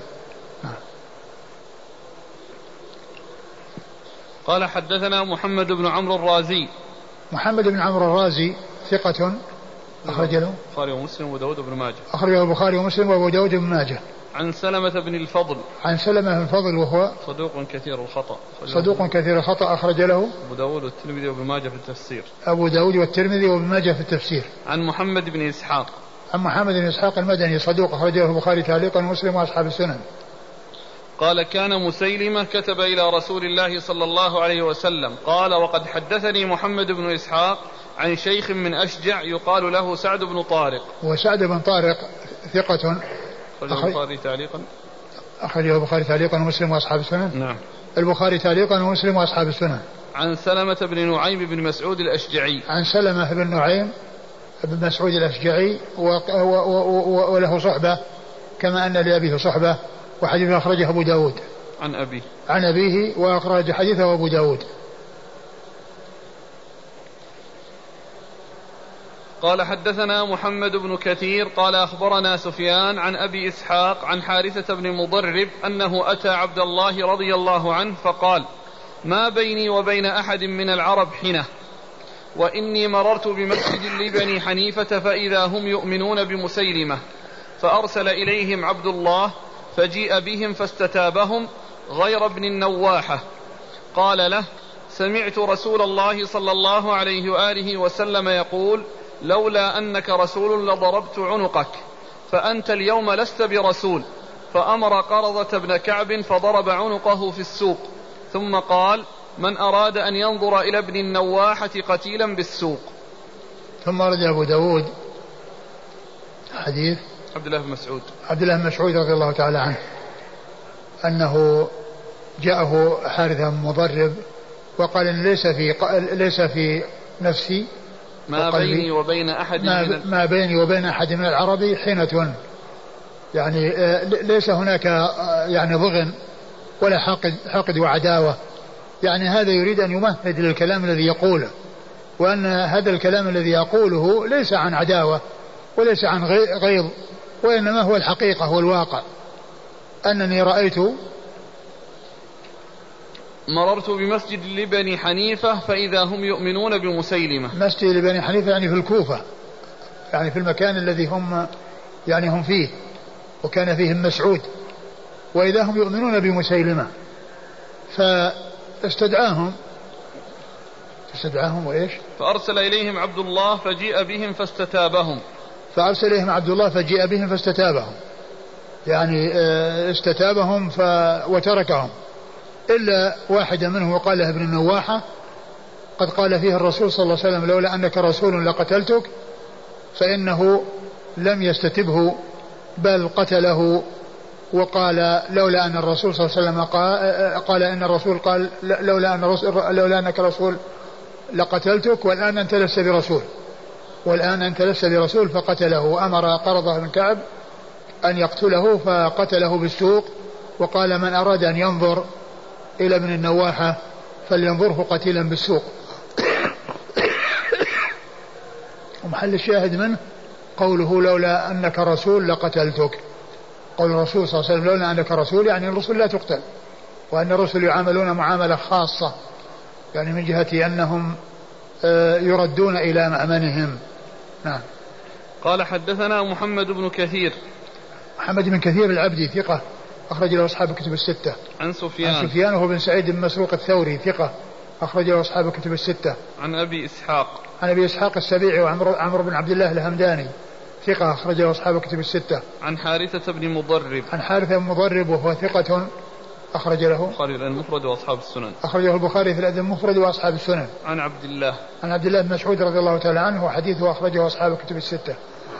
قال حدثنا محمد بن عمرو الرازي. محمد بن عمرو الرازي ثقة أخرج له البخاري ومسلم وداود بن ماجه. أخرجه البخاري ومسلم وأبو داود بن ماجه. عن سلمة بن الفضل. عن سلمة بن الفضل وهو صدوق كثير الخطأ. صدوق كثير الخطأ أخرج له أبو داود والترمذي وابن ماجه في التفسير. أبو داود والترمذي وابن ماجه في التفسير. عن محمد بن إسحاق. عن محمد بن إسحاق المدني صدوق أخرجه البخاري تعليقا ومسلم وأصحاب السنن. قال كان مسيلمة كتب إلى رسول الله صلى الله عليه وسلم قال وقد حدثني محمد بن إسحاق عن شيخ من أشجع يقال له سعد بن طارق. وسعد بن طارق ثقة أخرجه البخاري تعليقا. أخرجه البخاري تعليقا ومسلم وأصحاب السنن. نعم. البخاري تعليقا ومسلم وأصحاب السنن. عن سلمة بن نعيم بن مسعود الأشجعي. عن سلمة بن نعيم بن مسعود الأشجعي وله صحبة كما أن لأبيه صحبة وحديثه أخرجه أبو داود. عن أبيه وأخرج حديثه أبو داود. قال حدثنا محمد بن كثير قال أخبرنا سفيان عن أبي إسحاق عن حارثة بن مضرب أنه أتى عبد الله رضي الله عنه فقال ما بيني وبين أحد من العرب حنة وإني مررت بمسجد لبني حنيفة فإذا هم يؤمنون بمسيلمة فأرسل إليهم عبد الله فجيء بهم فاستتابهم غير ابن النواحة قال له سمعت رسول الله صلى الله عليه وآله وسلم يقول لولا أنك رسول لضربت عنقك فأنت اليوم لست برسول فأمر قرظة بن كعب فضرب عنقه في السوق ثم قال من أراد أن ينظر إلى ابن النواحة قتيلا بالسوق. ثم ورد أبو داود حديث عبد الله بن مسعود رضي الله تعالى عنه أنه جاءه حارثة مضرب وقال إن ليس في نفسي ما بيني وبين أحد من العرب حينة يعني ليس هناك يعني ضغن ولا حقد وعداوة يعني هذا يريد أن يمهد للكلام الذي يقوله وأن هذا الكلام الذي يقوله ليس عن عداوة وليس عن غيظ وإنما هو الحقيقة والواقع أنني رأيت مررت بمسجد لبني حنيفة فإذا هم يؤمنون بمسيلمة. مسجد لبني حنيفة يعني في الكوفة يعني في المكان الذي هم فيه وكان فيهم مسعود وإذا هم يؤمنون بمسيلمة فاستدعاهم وإيش فأرسل إليهم عبد الله فجيء بهم فاستتابهم يعني استتابهم وتركهم إلا واحدا منه وقال له ابن النواحة قد قال فيه الرسول صلى الله عليه وسلم لولا أنك رسول لقتلتك فإنه لم يستتبه بل قتله وقال لولا أن الرسول صلى الله عليه وسلم قال إن الرسول قال لولا أنك رسول لقتلتك والآن أنت لست برسول فقتله وأمر قرظة بن كعب أن يقتله فقتله بالسوق وقال من أراد أن ينظر إلى ابن النواحة فلينظره قتيلا بالسوق. ومحل الشاهد منه قوله لولا أنك رسول لقتلتك قول الرسول صلى الله عليه وسلم لولا أنك رسول يعني الرسل لا تقتل وأن الرسل يعاملون معاملة خاصة يعني من جهة أنهم يردون إلى مأمنهم. نعم. قال حدثنا محمد بن كثير العبدي ثقة أخرج له أصحاب الكتب الستة. عن سفيان وهو بن سعيد بن مسروق الثوري ثقة أخرج له أصحاب الكتب الستة. عن أبي إسحاق السبيعي وعمرو بن عبد الله الهمداني ثقة أخرج له أصحاب الكتب الستة. عن حارثة بن مضرب وهو ثقة أخرج له البخاري في المفرد وأصحاب السنن. أخرجه البخاري في الأدب المفرد وأصحاب السنن. عن عبد الله بن مسعود رضي الله تعالى عنه وحديثه أخرجه أصحاب الكتب الستة.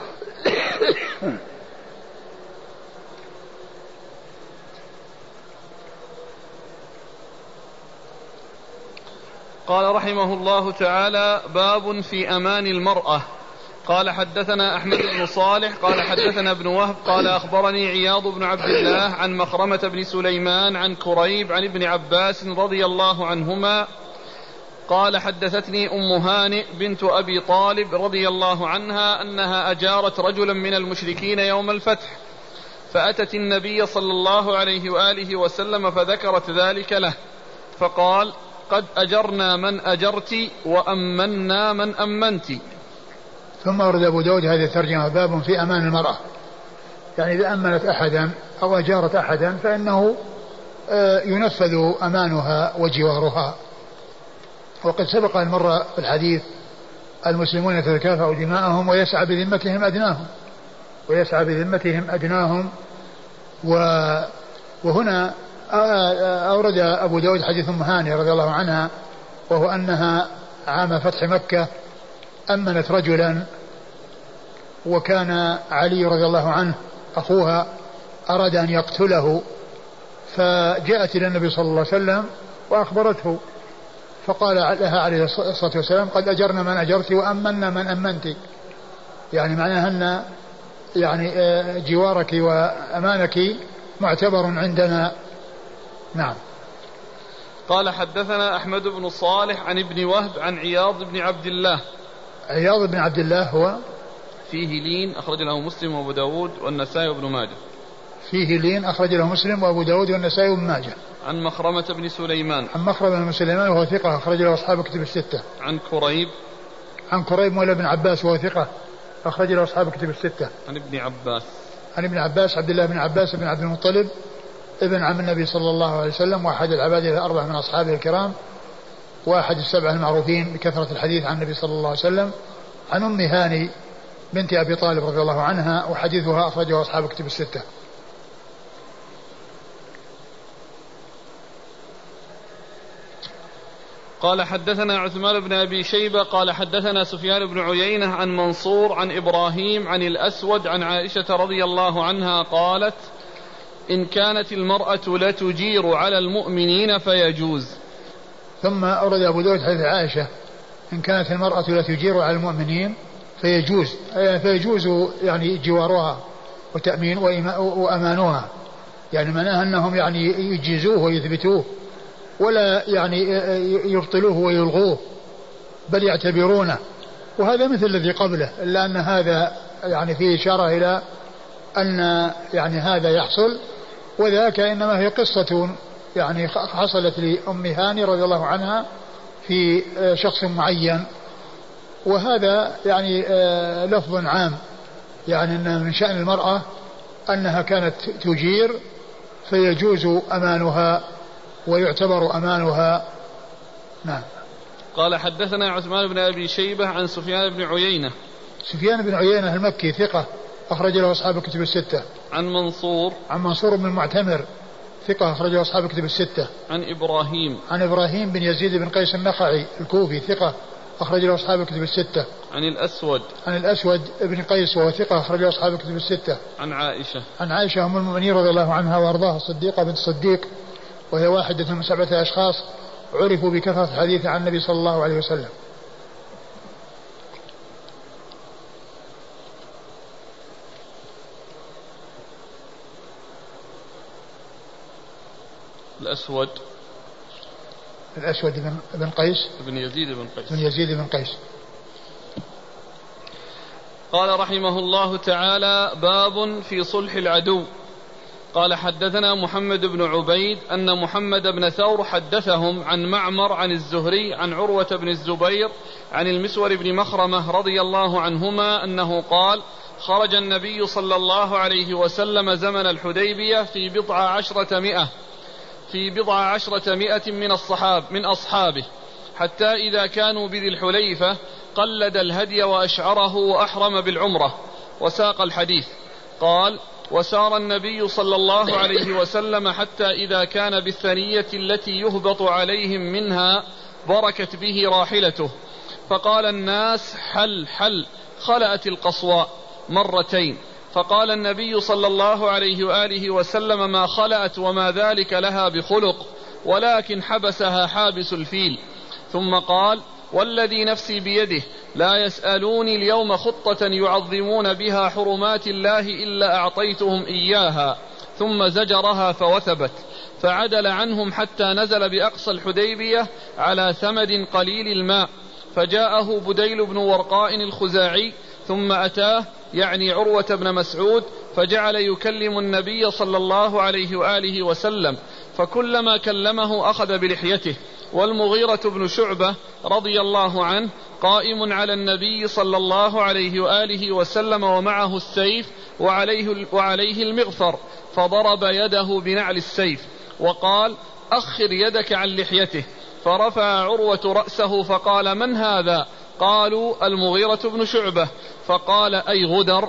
قال رحمه الله تعالى باب في أمان المرأة. قال حدثنا أحمد بن صالح قال حدثنا ابن وهب قال أخبرني عياض بن عبد الله عن مخرمة بن سليمان عن كريب عن ابن عباس رضي الله عنهما قال حدثتني أم هانئ بنت أبي طالب رضي الله عنها أنها أجارت رجلا من المشركين يوم الفتح فأتت النبي صلى الله عليه وآله وسلم فذكرت ذلك له فقال قد أجرنا من أجرت وأمنا من أمنت. ثم ورد أبو داود هذه الترجمة باب في أمان المرأة، يعني إذا أمنت أحدا أو أجارت أحدا فإنه ينفذ أمانها وجوارها. وقد سبق المرة في الحديث المسلمون يتكافأ دماءهم ويسعى بذمتهم أدناهم وهنا أورد أبو داود حديث أم هاني رضي الله عنها، وهو أنها عام فتح مكة أمنت رجلا، وكان علي رضي الله عنه أخوها أراد أن يقتله، فجاءت إلى النبي صلى الله عليه وسلم وأخبرته، فقال لها عليه الصلاة والسلام قد أجرنا من أجرت وأمنا من أمنت، يعني معناها أن يعني جوارك وأمانك معتبر عندنا. نعم. قال حدثنا أحمد بن صالح عن ابن وهب عن عياض بن عبد الله. عياض بن عبد الله هو فيه لين أخرج له مسلم وأبو داود والنسائي وابن ماجه. فيه لين أخرج له مسلم وأبو داود والنسائي وابن ماجه. عن مخرمة بن سليمان. عن مخرمة بن سليمان وهو ثقة أخرج له أصحاب كتب الستة. عن كريب. عن كريب مولى بن عباس وهو ثقة أخرج له أصحاب كتب الستة. عن ابن عباس. عن ابن عباس عبد الله بن عباس بن عبد المطلب ابن عم النبي صلى الله عليه وسلم، وأحد العباد الأربعة من أصحابه الكرام، وأحد السبعة المعروفين بكثرة الحديث عن النبي صلى الله عليه وسلم. عن أم هاني بنت أبي طالب رضي الله عنها، وحديثها أخرجه أصحاب كتب الستة. قال حدثنا عثمان بن أبي شيبة قال حدثنا سفيان بن عيينة عن منصور عن إبراهيم عن الأسود عن عائشة رضي الله عنها قالت إن كانت المرأة لتجير على المؤمنين فيجوز. ثم أورد أبو داود حديث عائشة إن كانت المرأة لتجير على المؤمنين فيجوز يعني جوارها وتأمين وأمانها، يعني معناها أنهم يعني يجيزوه ويثبتوه ولا يعني يبطلوه ويلغوه، بل يعتبرونه. وهذا مثل الذي قبله، إلا أن هذا يعني فيه إشارة إلى أن يعني هذا يحصل، وذاك إنما هي قصة يعني حصلت لأم هاني رضي الله عنها في شخص معين، وهذا يعني لفظ عام، يعني أن من شأن المرأة أنها كانت تجير فيجوز أمانها ويعتبر أمانها. نعم. قال حدثنا عثمان بن أبي شيبة عن سفيان بن عيينة. سفيان بن عيينة المكي ثقة أخرج له أصحاب الكتب الستة. عن منصور بن المعتمر ثقة أخرج له أصحاب الكتب الستة. عن إبراهيم بن يزيد بن قيس النخعي الكوفي ثقة أخرج له أصحاب الكتب الستة. عن الأسود بن قيس وهو ثقة أخرج له أصحاب الكتب الستة. عن عائشة أم المؤمنين رضي الله عنها وأرضاها الصديقة بنت الصديق، وهي واحدة من 7 أشخاص عرفوا بكثرة الحديث عن النبي صلى الله عليه وسلم. الأسود بن قيس بن يزيد بن قيس. قال رحمه الله تعالى باب في صلح العدو. قال حدثنا محمد بن عبيد أن محمد بن ثور حدثهم عن معمر عن الزهري عن عروة بن الزبير عن المسور بن مخرمة رضي الله عنهما أنه قال خرج النبي صلى الله عليه وسلم زمن الحديبية في 1,000 من أصحابه، حتى إذا كانوا بذي الحليفة قلد الهدي وأشعره وأحرم بالعمرة وساق الحديث. قال وسار النبي صلى الله عليه وسلم حتى إذا كان بالثنية التي يهبط عليهم منها بركت به راحلته، فقال الناس حل خلأت القصواء مرتين، فقال النبي صلى الله عليه وآله وسلم ما خلأت وما ذلك لها بخلق، ولكن حبسها حابس الفيل. ثم قال والذي نفسي بيده لا يسألوني اليوم خطة يعظمون بها حرمات الله إلا أعطيتهم إياها. ثم زجرها فوثبت، فعدل عنهم حتى نزل بأقصى الحديبية على ثمد قليل الماء، فجاءه بديل بن ورقاء الخزاعي ثم أتاه يعني عروة بن مسعود فجعل يكلم النبي صلى الله عليه وآله وسلم، فكلما كلمه أخذ بلحيته. والمغيرة بن شعبة رضي الله عنه قائم على النبي صلى الله عليه وآله وسلم ومعه السيف وعليه المغفر، فضرب يده بنعل السيف وقال: أخر يدك عن لحيته. فرفع عروة رأسه فقال: من هذا؟ قالوا: المغيرة بن شعبة. فقال: أي غدر،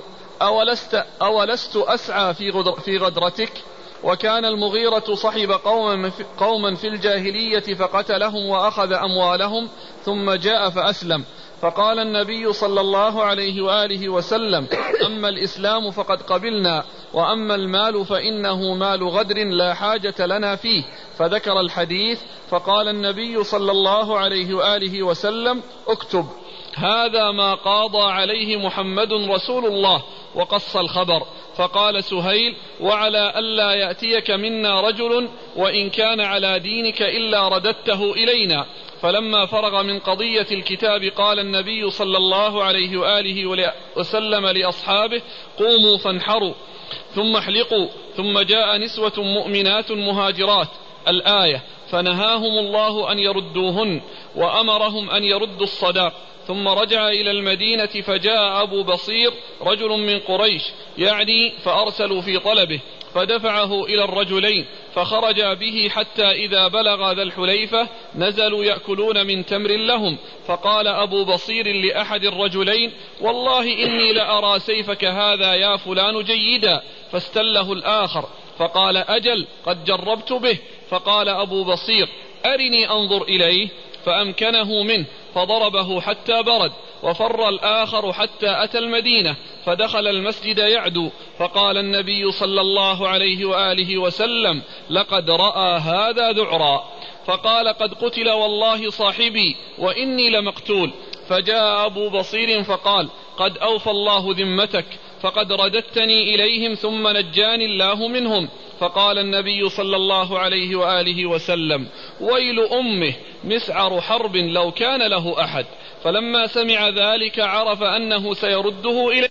أولست أسعى في غدرتك؟ وكان المغيرة صحب قوما في الجاهلية فقتلهم وأخذ أموالهم ثم جاء فأسلم. فقال النبي صلى الله عليه وآله وسلم: أما الإسلام فقد قبلنا، وأما المال فإنه مال غدر لا حاجة لنا فيه. فذكر الحديث، فقال النبي صلى الله عليه وآله وسلم: اكتب: هذا ما قاضى عليه محمد رسول الله، وقص الخبر. فقال سهيل: وعلى ألا يأتيك منا رجل وإن كان على دينك إلا رددته إلينا. فلما فرغ من قضية الكتاب قال النبي صلى الله عليه وآله وسلم لأصحابه: قوموا فانحروا ثم احلقوا. ثم جاء نسوة مؤمنات مهاجرات الآية، فنهاهم الله أن يردوهن وأمرهم أن يردوا الصداق. ثم رجع إلى المدينة فجاء أبو بصير رجل من قريش فأرسلوا في طلبه، فدفعه إلى الرجلين، فخرجا به حتى إذا بلغ ذا الحليفة نزلوا يأكلون من تمر لهم. فقال أبو بصير لأحد الرجلين: والله إني لأرى سيفك هذا يا فلان جيدا. فاستله الآخر فقال: أجل، قد جربت به. فقال أبو بصير: أرني أنظر إليه. فأمكنه منه فضربه حتى برد. وفر الآخر حتى أتى المدينة فدخل المسجد يعدو، فقال النبي صلى الله عليه وآله وسلم: لقد رأى هذا ذعرا. فقال: قد قتل والله صاحبي وإني لمقتول. فجاء أبو بصير فقال: قد أوفى الله ذمتك، فقد رددتني إليهم ثم نجاني الله منهم. فقال النبي صلى الله عليه وآله وسلم: ويل أمه، مسعر حرب لو كان له أحد. فلما سمع ذلك عرف أنه سيرده إليه،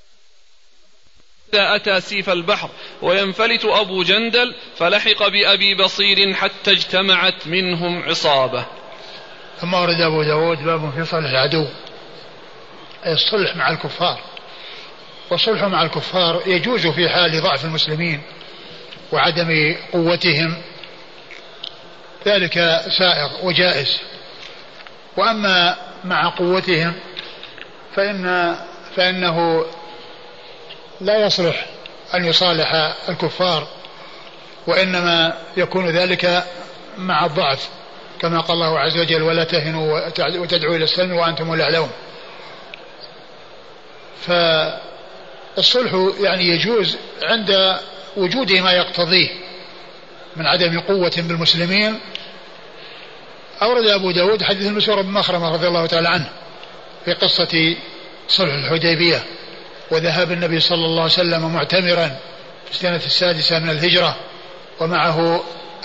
أتى سيف البحر وينفلت أبو جندل، فلحق بأبي بصير حتى اجتمعت منهم عصابة. ثم ورد أبو داود باب في صلح العدو، أي الصلح مع الكفار. والصلح مع الكفار يجوز في حال ضعف المسلمين وعدم قوتهم، ذلك سائغ وجائز. وأما مع قوتهم فإنه لا يصلح أن يصالح الكفار، وإنما يكون ذلك مع الضعف، كما قال الله عز وجل: ولا تهنوا وتدعوا إلى السلم وأنتم الأعلون. فالصلح يعني يجوز عند وجود ما يقتضيه من عدم قوة بالمسلمين. أورد أبو داود حديث المسور بن مخرمة رضي الله تعالى عنه في قصة صلح الحديبية وذهاب النبي صلى الله عليه وسلم معتمرا في السنة 6 من الهجرة، ومعه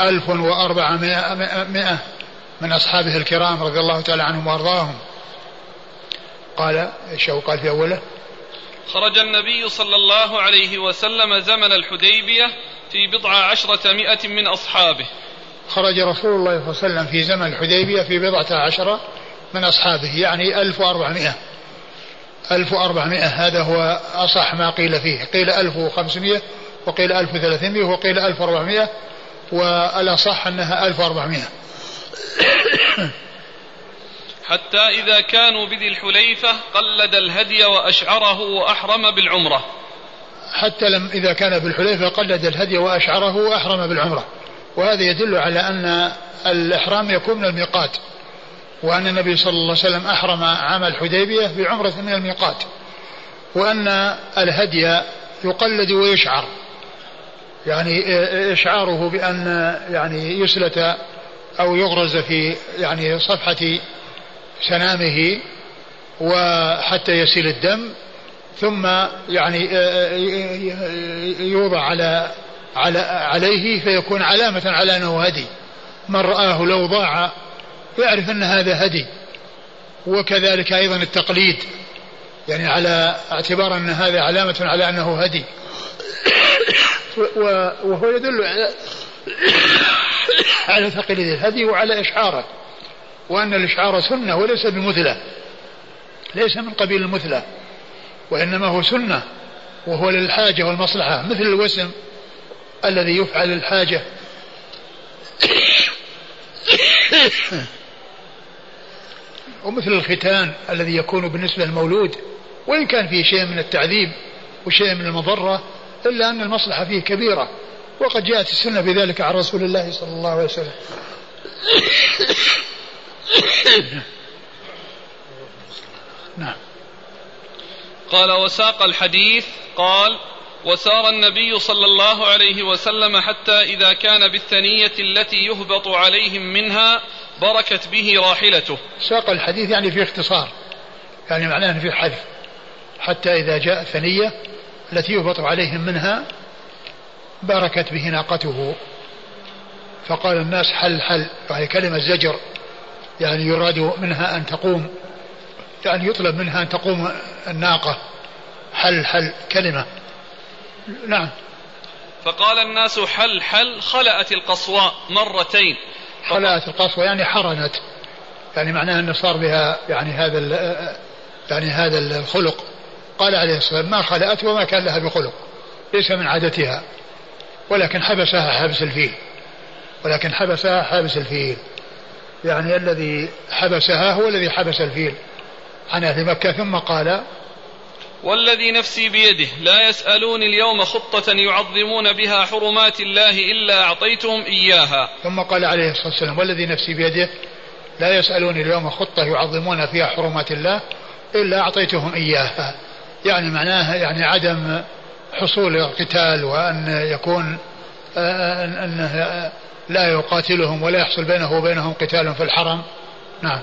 1400 من أصحابه الكرام رضي الله تعالى عنهم وأرضاهم. قال في أوله: خرج النبي صلى الله عليه وسلم زمن الحديبية في 14 من أصحابه. خرج رسول الله صلى الله عليه وسلم في زمن الحديبية في 14 من أصحابه، يعني 1400. هذا هو أصح ما قيل فيه، قيل 1500 وقيل 1300 وقيل 1400، والأصح أنها 1400. حتى إذا كانوا بذي الحليفة قلد الهدي وأشعره وأحرم بالعمرة. حتى إذا كان بالحليفة قلد الهدي وأشعره وأحرم بالعمرة. وهذا يدل على أن الإحرام يكون من الميقات، وأن النبي صلى الله عليه وسلم أحرم عام الحديبية بعمرة من الميقات، وأن الهدي يقلد ويشعر، يعني إشعاره بأن يعني يسلت أو يغرز في يعني صفحة سنامه وحتى يسيل الدم، ثم يعني يوضع عليه فيكون علامة على أنه هدي. من رآه لو ضاع يعرف أن هذا هدي. وكذلك أيضا التقليد، يعني على اعتبار أن هذا علامة على أنه هدي. وهو يدل على تقليد الهدي وعلى إشعاره، وأن الإشعار سنة وليس بمثلة، ليس من قبيل المثلة، وإنما هو سنة وهو للحاجة والمصلحة، مثل الوسم الذي يفعل للحاجة ومثل الختان الذي يكون بالنسبة للمولود، وإن كان فيه شيء من التعذيب وشيء من المضرة إلا أن المصلحة فيه كبيرة، وقد جاءت السنة بذلك عن رسول الله صلى الله عليه وسلم. نعم. قال وساق الحديث قال وسار النبي صلى الله عليه وسلم حتى إذا كان بالثنية التي يهبط عليهم منها بركت به راحلته. ساق الحديث يعني في اختصار، يعني معناه في حذف، حتى إذا جاء الثنية التي يهبط عليهم منها بركت به ناقته، فقال الناس حل حل، يعني كلمة زجر، يعني يراد منها أن تقوم، يعني يطلب منها أن تقوم الناقة، حل حل كلمة. نعم. فقال الناس حل حل خلأت القصواء مرتين. خلأت القصواء يعني حرنت، يعني معناها أنه صار بها يعني هذا الخلق. قال عليه الصلاة والسلام ما خلأت وما كان لها بخلق، ليس من عادتها، ولكن حبسها حابس الفيل، يعني الذي حبسها هو الذي حبس الفيل عن أهل مكة. ثم قال والذي نفسي بيده لا يسألون اليوم خطة يعظمون بها حرمات الله إلا أعطيتهم إياها. ثم قال عليه الصلاة والسلام والذي نفسي بيده لا يسألون اليوم خطة يعظمون فيها حرمات الله إلا أعطيتهم إياها، يعني معناها يعني عدم حصول القتال، وأن يكون أنه لا يقاتلهم ولا يحصل بينه وبينهم قتال في الحرم. نعم.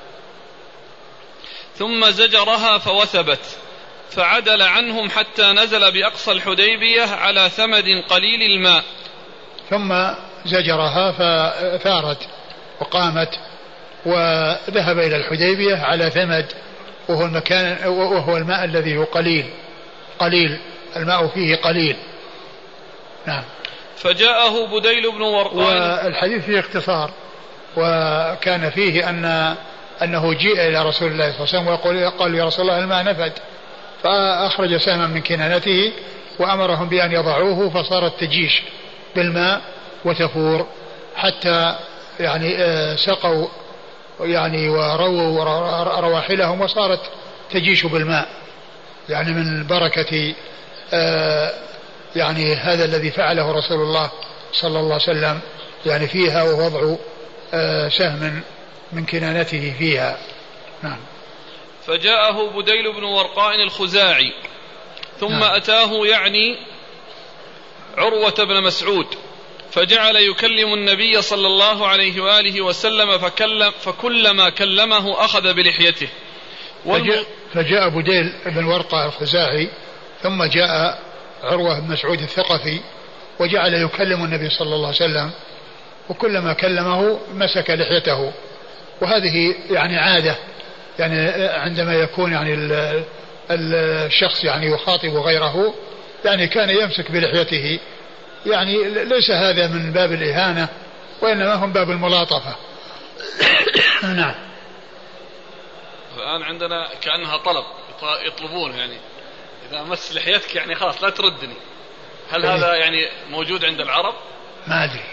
ثم زجرها فوثبت فعدل عنهم حتى نزل بأقصى الحديبية على ثمد قليل الماء. ثم زجرها فثارت وقامت وذهب إلى الحديبية على ثمد، وهو المكان وهو الماء الذي هو قليل الماء فيه قليل. نعم. فجاءه بديل بن ورقان. والحديث فيه اختصار، وكان فيه أنه جيء إلى رسول الله صلى الله عليه وسلم وقال يا رسول الله الماء نفد، فأخرج سهما من كنانته وأمرهم بأن يضعوه، فصارت تجيش بالماء وتفور حتى يعني سقوا يعني ورووا رواحلهم وصارت تجيش بالماء، يعني من بركة يعني هذا الذي فعله رسول الله صلى الله عليه وسلم يعني فيها، ووضع سهم من كنانته فيها. نعم. فجاءه بديل بن ورقاء الخزاعي ثم أتاه يعني عروة بن مسعود، فجعل يكلم النبي صلى الله عليه وآله وسلم فكلما كلمه أخذ بلحيته. فجاء بديل بن ورقاء الخزاعي ثم جاء عروة بن مسعود الثقفي وجعل يكلم النبي صلى الله عليه وسلم، وكلما كلمه مسك لحيته. وهذه يعني عادة، يعني عندما يكون يعني الشخص يعني يخاطب غيره يعني كان يمسك بلحيته، يعني ليس هذا من باب الإهانة وإنما هم باب الملاطفة. نعم. الآن عندنا كأنها طلب يطلبون، يعني إذا مس لحيتك يعني خلاص لا تردني. هل هذا يعني موجود عند العرب؟ ما أدري.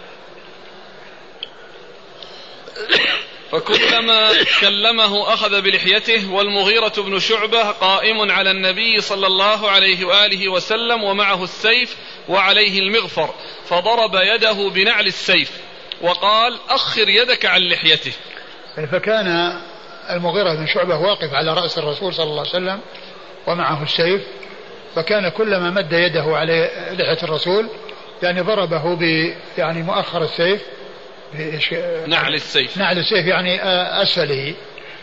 فكلما كلمه أخذ بلحيته. والمغيرة بن شعبة قائم على النبي صلى الله عليه وآله وسلم ومعه السيف وعليه المغفر، فضرب يده بنعل السيف وقال أخر يدك عن لحيته. فكان المغيرة بن شعبة واقف على رأس الرسول صلى الله عليه وسلم ومعه السيف، فكان كلما مد يده على لحية الرسول يعني ضربه يعني مؤخر السيف، نعل السيف يعني أسفله،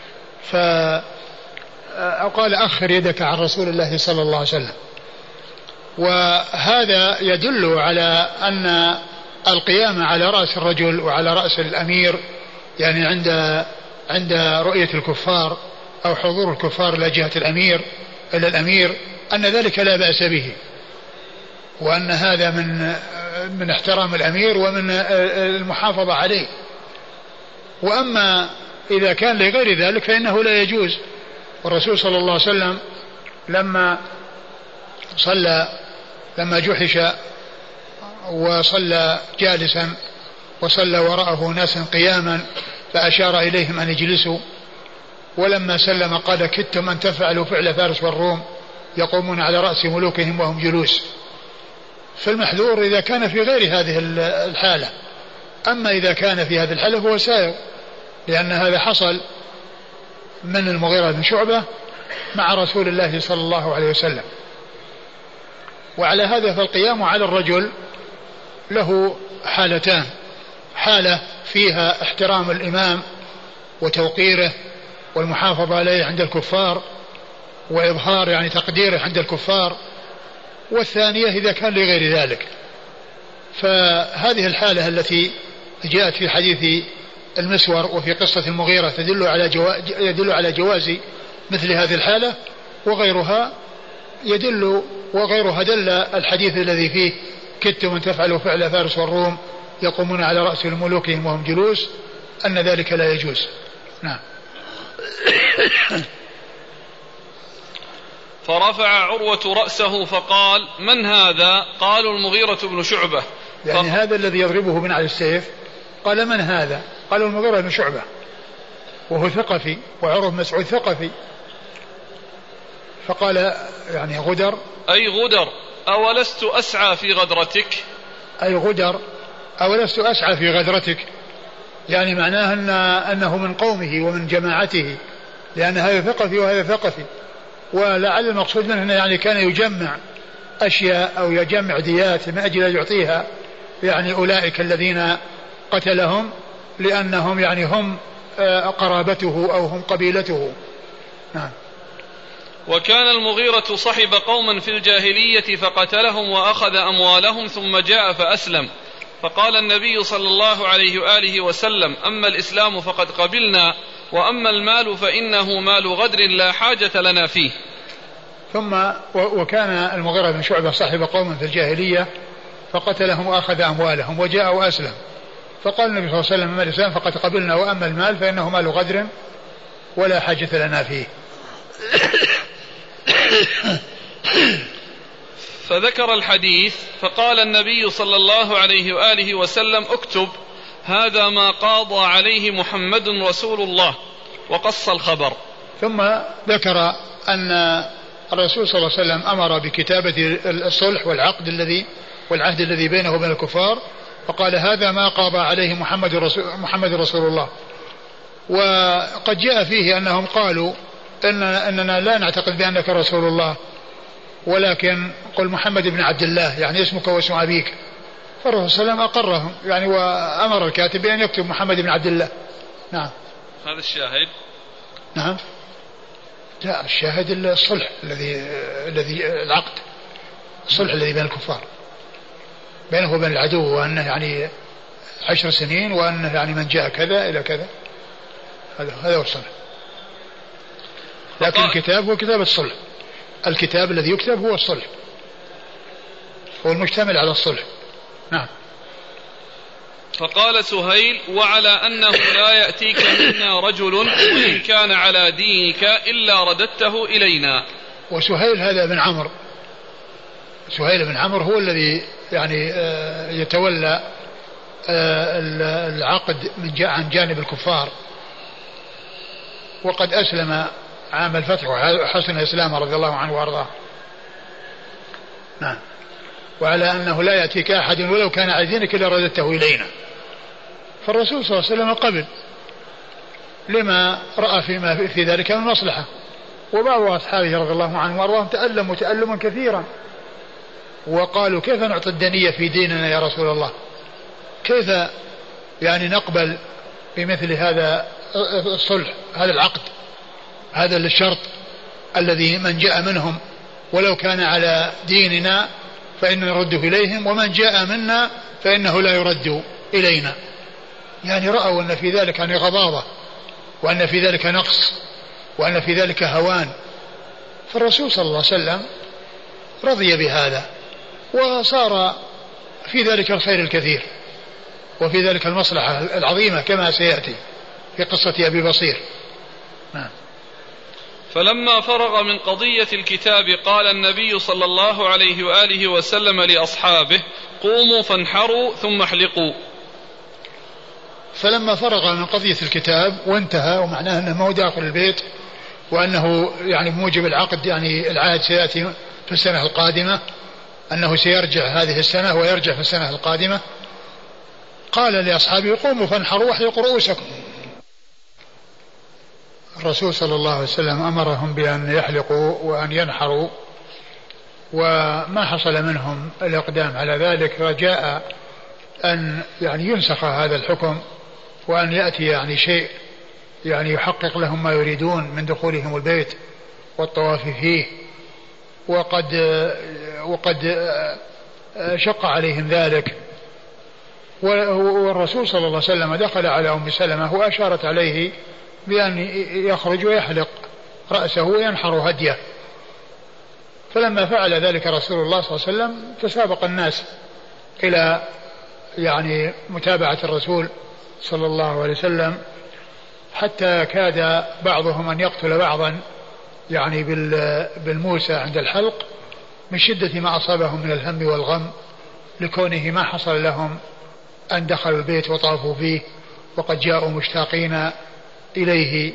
فقال أخر يدك عن رسول الله صلى الله عليه وسلم. وهذا يدل على أن القيام على رأس الرجل وعلى رأس الأمير يعني عند رؤية الكفار أو حضور الكفار إلى جهة الأمير إلى الأمير أن ذلك لا بأس به، وأن هذا من احترام الأمير ومن المحافظة عليه. وأما إذا كان لغير ذلك فإنه لا يجوز. والرسول صلى الله عليه وسلم لما جحش وصلى جالسا وصلى وراءه ناس قياما فأشار إليهم أن يجلسوا، ولما سلم قال كدتم أن تفعلوا فعل فارس والروم يقومون على رأس ملوكهم وهم جلوس. فالمحذور إذا كان في غير هذه الحالة، أما إذا كان في هذه الحالة فهو سائغ، لأن هذا حصل من المغيرة بن شعبة مع رسول الله صلى الله عليه وسلم. وعلى هذا فالقيام على الرجل له حالتان: حالة فيها احترام الإمام وتوقيره والمحافظة عليه عند الكفار وإظهار يعني تقديره عند الكفار، والثانية إذا كان لغير ذلك. فهذه الحالة التي جاءت في حديث المسور وفي قصة المغيرة يدل على جواز مثل هذه الحالة، وغيرها دل الحديث الذي فيه كدتم أن تفعلوا فعل فارس والروم يقومون على رأس ملوكهم وهم جلوس، أن ذلك لا يجوز. نعم. فرفع عروة رأسه فقال: من هذا؟ قالوا: المغيرة بن شعبة. يعني هذا الذي يضربه بن على السيف قال: من هذا؟ قالوا: المغيرة بن شعبة، وهو ثقفي، وعروة بن مسعود ثقفي. فقال يعني غدر، أي غدر أولست أسعى في غدرتك؟ أي غدر أولست أسعى في غدرتك، يعني معناه أنه من قومه ومن جماعته، لأن هذا ثقفي وهذا ثقفي. ولعل المقصود منه يعني كان يجمع أشياء أو يجمع ديات من أجل أن يعطيها يعني أولئك الذين قتلهم، لأنهم يعني هم قرابته أو هم قبيلته. نعم. وكان المغيرة صحب قوما في الجاهلية فقتلهم وأخذ أموالهم ثم جاء فأسلم، فقال النبي صلى الله عليه وآله وسلم: أما الإسلام فقد قبلنا، وأما المال فإنه مال غدر لا حاجة لنا فيه. ثم وكان المغيرة بن شعبة صاحب قوم في الجاهلية فقتلهم وأخذ أموالهم وجاء وأسلم، فقال النبي صلى الله عليه وسلم: أما الإسلام فقد قبلنا، وأما المال فإنه مال غدر ولا حاجة لنا فيه. فذكر الحديث، فقال النبي صلى الله عليه وآله وسلم: اكتب هذا ما قاضى عليه محمد رسول الله، وقص الخبر. ثم ذكر أن الرسول صلى الله عليه وسلم أمر بكتابة الصلح والعهد الذي بينه وبين الكفار، فقال: هذا ما قاضى عليه محمد رسول الله. وقد جاء فيه أنهم قالوا أننا لا نعتقد بأنك رسول الله، ولكن قل محمد بن عبد الله، يعني اسمك واسم أبيك. فالرسول صلى الله عليه وسلم أقرهم يعني، وأمر الكاتب بأن يكتب محمد بن عبد الله. نعم. هذا الشاهد. نعم. لا، الشاهد الصلح الذي العقد، الصلح الذي بين الكفار بينه وبين العدو، وأنه يعني 10 سنين، وأنه يعني من جاء كذا إلى كذا، هذا هو الصلح. لكن الكتاب هو كتاب الصلح، الكتاب الذي يكتب هو الصلح، هو المشتمل على الصلح. نعم. فقال سهيل: وعلى أنه لا يأتيك منا رجل وإن كان على دينك إلا رددته إلينا. وسهيل هذا بن عمرو، سهيل بن عمرو هو الذي يعني يتولى العقد عن جانب الكفار، وقد أسلم عام الفتح وحسن إسلامه رضي الله عنه وأرضاه. نعم. وعلى أنه لا يأتيك أحد ولو كان على دينك إلا رددته إلينا. فالرسول صلى الله عليه وسلم قبل لما رأى في ذلك من مصلحة. وبعض أصحابه رضي الله عنهم وأرضاهم تألموا تألما كثيرا، وقالوا: كيف نعطي الدنية في ديننا يا رسول الله؟ كيف يعني نقبل بمثل هذا الصلح، هذا العقد، هذا الشرط الذي من جاء منهم ولو كان على ديننا فإن نرده إليهم، ومن جاء منا فإنه لا يرد إلينا. يعني رأوا أن في ذلك يعني غضاضة، وأن في ذلك نقص، وأن في ذلك هوان. فالرسول صلى الله عليه وسلم رضي بهذا، وصار في ذلك الخير الكثير وفي ذلك المصلحة العظيمة كما سيأتي في قصة أبي بصير. فلما فرغ من قضية الكتاب قال النبي صلى الله عليه وآله وسلم لأصحابه قوموا فانحروا ثم احلقوا. فلما فرغ من قضية الكتاب وانتهى، ومعناه أنه مو داخل البيت، وأنه يعني بموجب العقد يعني العهد سيأتي في السنة القادمة، أنه سيرجع هذه السنة ويرجع في السنة القادمة، قال لأصحابه قوموا فانحروا واحلقوا رؤوسكم. الرسول صلى الله عليه وسلم أمرهم بأن يحلقوا وأن ينحروا، وما حصل منهم الإقدام على ذلك، رجاء أن يعني ينسخ هذا الحكم وأن يأتي يعني شيء يعني يحقق لهم ما يريدون من دخولهم البيت والطواف فيه. وقد شق عليهم ذلك، والرسول صلى الله عليه وسلم دخل على أم سلمة وأشارت عليه بأن يخرج ويحلق رأسه وينحر هديه. فلما فعل ذلك رسول الله صلى الله عليه وسلم تسابق الناس إلى يعني متابعة الرسول صلى الله عليه وسلم، حتى كاد بعضهم أن يقتل بعضا يعني بالموسى عند الحلق من شدة ما أصابهم من الهم والغم لكونه ما حصل لهم أن دخلوا البيت وطافوا فيه وقد جاءوا مشتاقين إليه.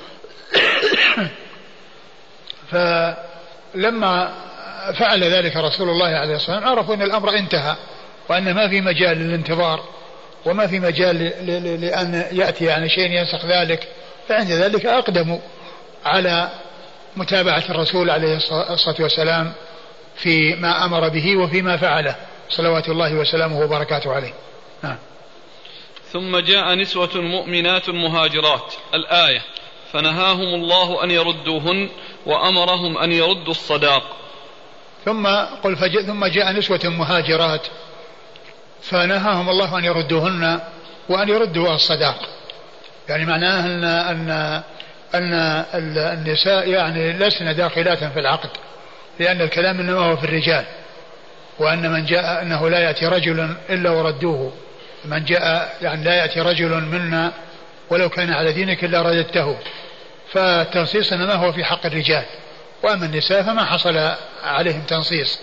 فلما فعل ذلك رسول الله عليه الصلاة والسلام عرفوا أن الأمر انتهى، وأن ما في مجال للانتظار وما في مجال لأن يأتي يعني شيء ينسخ ذلك. فعند ذلك أقدموا على متابعة الرسول عليه الصلاة والسلام فيما أمر به وفيما فعله صلوات الله وسلامه وبركاته عليه. ثم جاء نسوة مؤمنات مهاجرات الآية فنهاهم الله أن يردوهن وأمرهم أن يردوا الصداق. ثم جاء نسوة مهاجرات فنهاهم الله أن يردوهن وأن يردوا الصداق. يعني معناه أن النساء يعني لسن داخلات في العقد، لأن الكلام إنما هو في الرجال، وأن من جاء أنه لا يأتي رجل إلا وردوه، من جاء يعني لا يأتي رجل منا ولو كان على دينك إلا رددته. فالتنصيص إنما هو في حق الرجال، وأما النساء فما حصل عليهم تنصيص.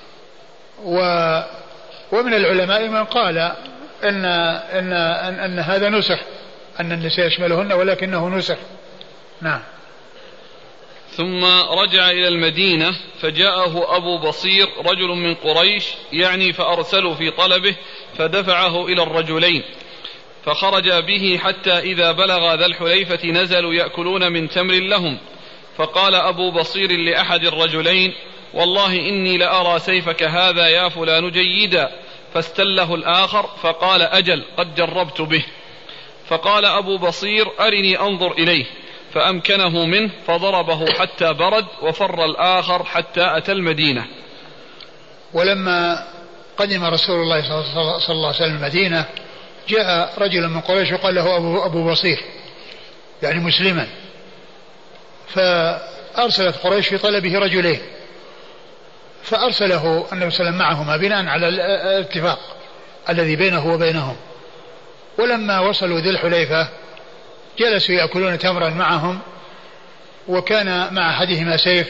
ومن العلماء من قال إن هذا نسخ، أن النساء يشملهن ولكنه نسخ. نعم. ثم رجع إلى المدينة فجاءه أبو بصير رجل من قريش يعني فأرسلوا في طلبه فدفعه إلى الرجلين فخرج به حتى إذا بلغ ذا الحليفة نزلوا يأكلون من تمر لهم. فقال أبو بصير لأحد الرجلين والله إني لأرى سيفك هذا يا فلان جيدا. فاستله الآخر فقال أجل قد جربت به. فقال أبو بصير أرني أنظر إليه، فأمكنه منه فضربه حتى برد وفر الآخر حتى أتى المدينة. ولما قدم رسول الله صلى الله عليه وسلم المدينة جاء رجل من قريش وقال له أبو بصير يعني مسلما، فأرسلت قريش في طلبه رجلين، فأرسله النبي صلى الله عليه وسلم معهما بناء على الاتفاق الذي بينه وبينهم. ولما وصلوا ذي الحليفة جلسوا يأكلون تمرا معهم، وكان مع أحدهما سيف،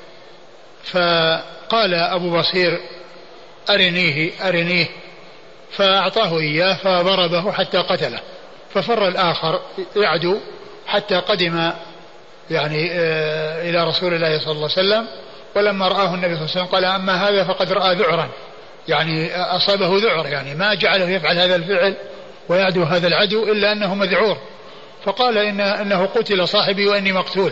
فقال أبو بصير أرنيه، فأعطاه إياه فضربه حتى قتله، ففر الآخر يعدو حتى قدم يعني إلى رسول الله صلى الله عليه وسلم. ولما رآه النبي صلى الله عليه وسلم قال أما هذا فقد رأى ذعرا، يعني أصابه ذعر، يعني ما جعله يفعل هذا الفعل ويعدو هذا العدو إلا أنه مذعور. فقال إنه قتل صاحبي وإني مقتول.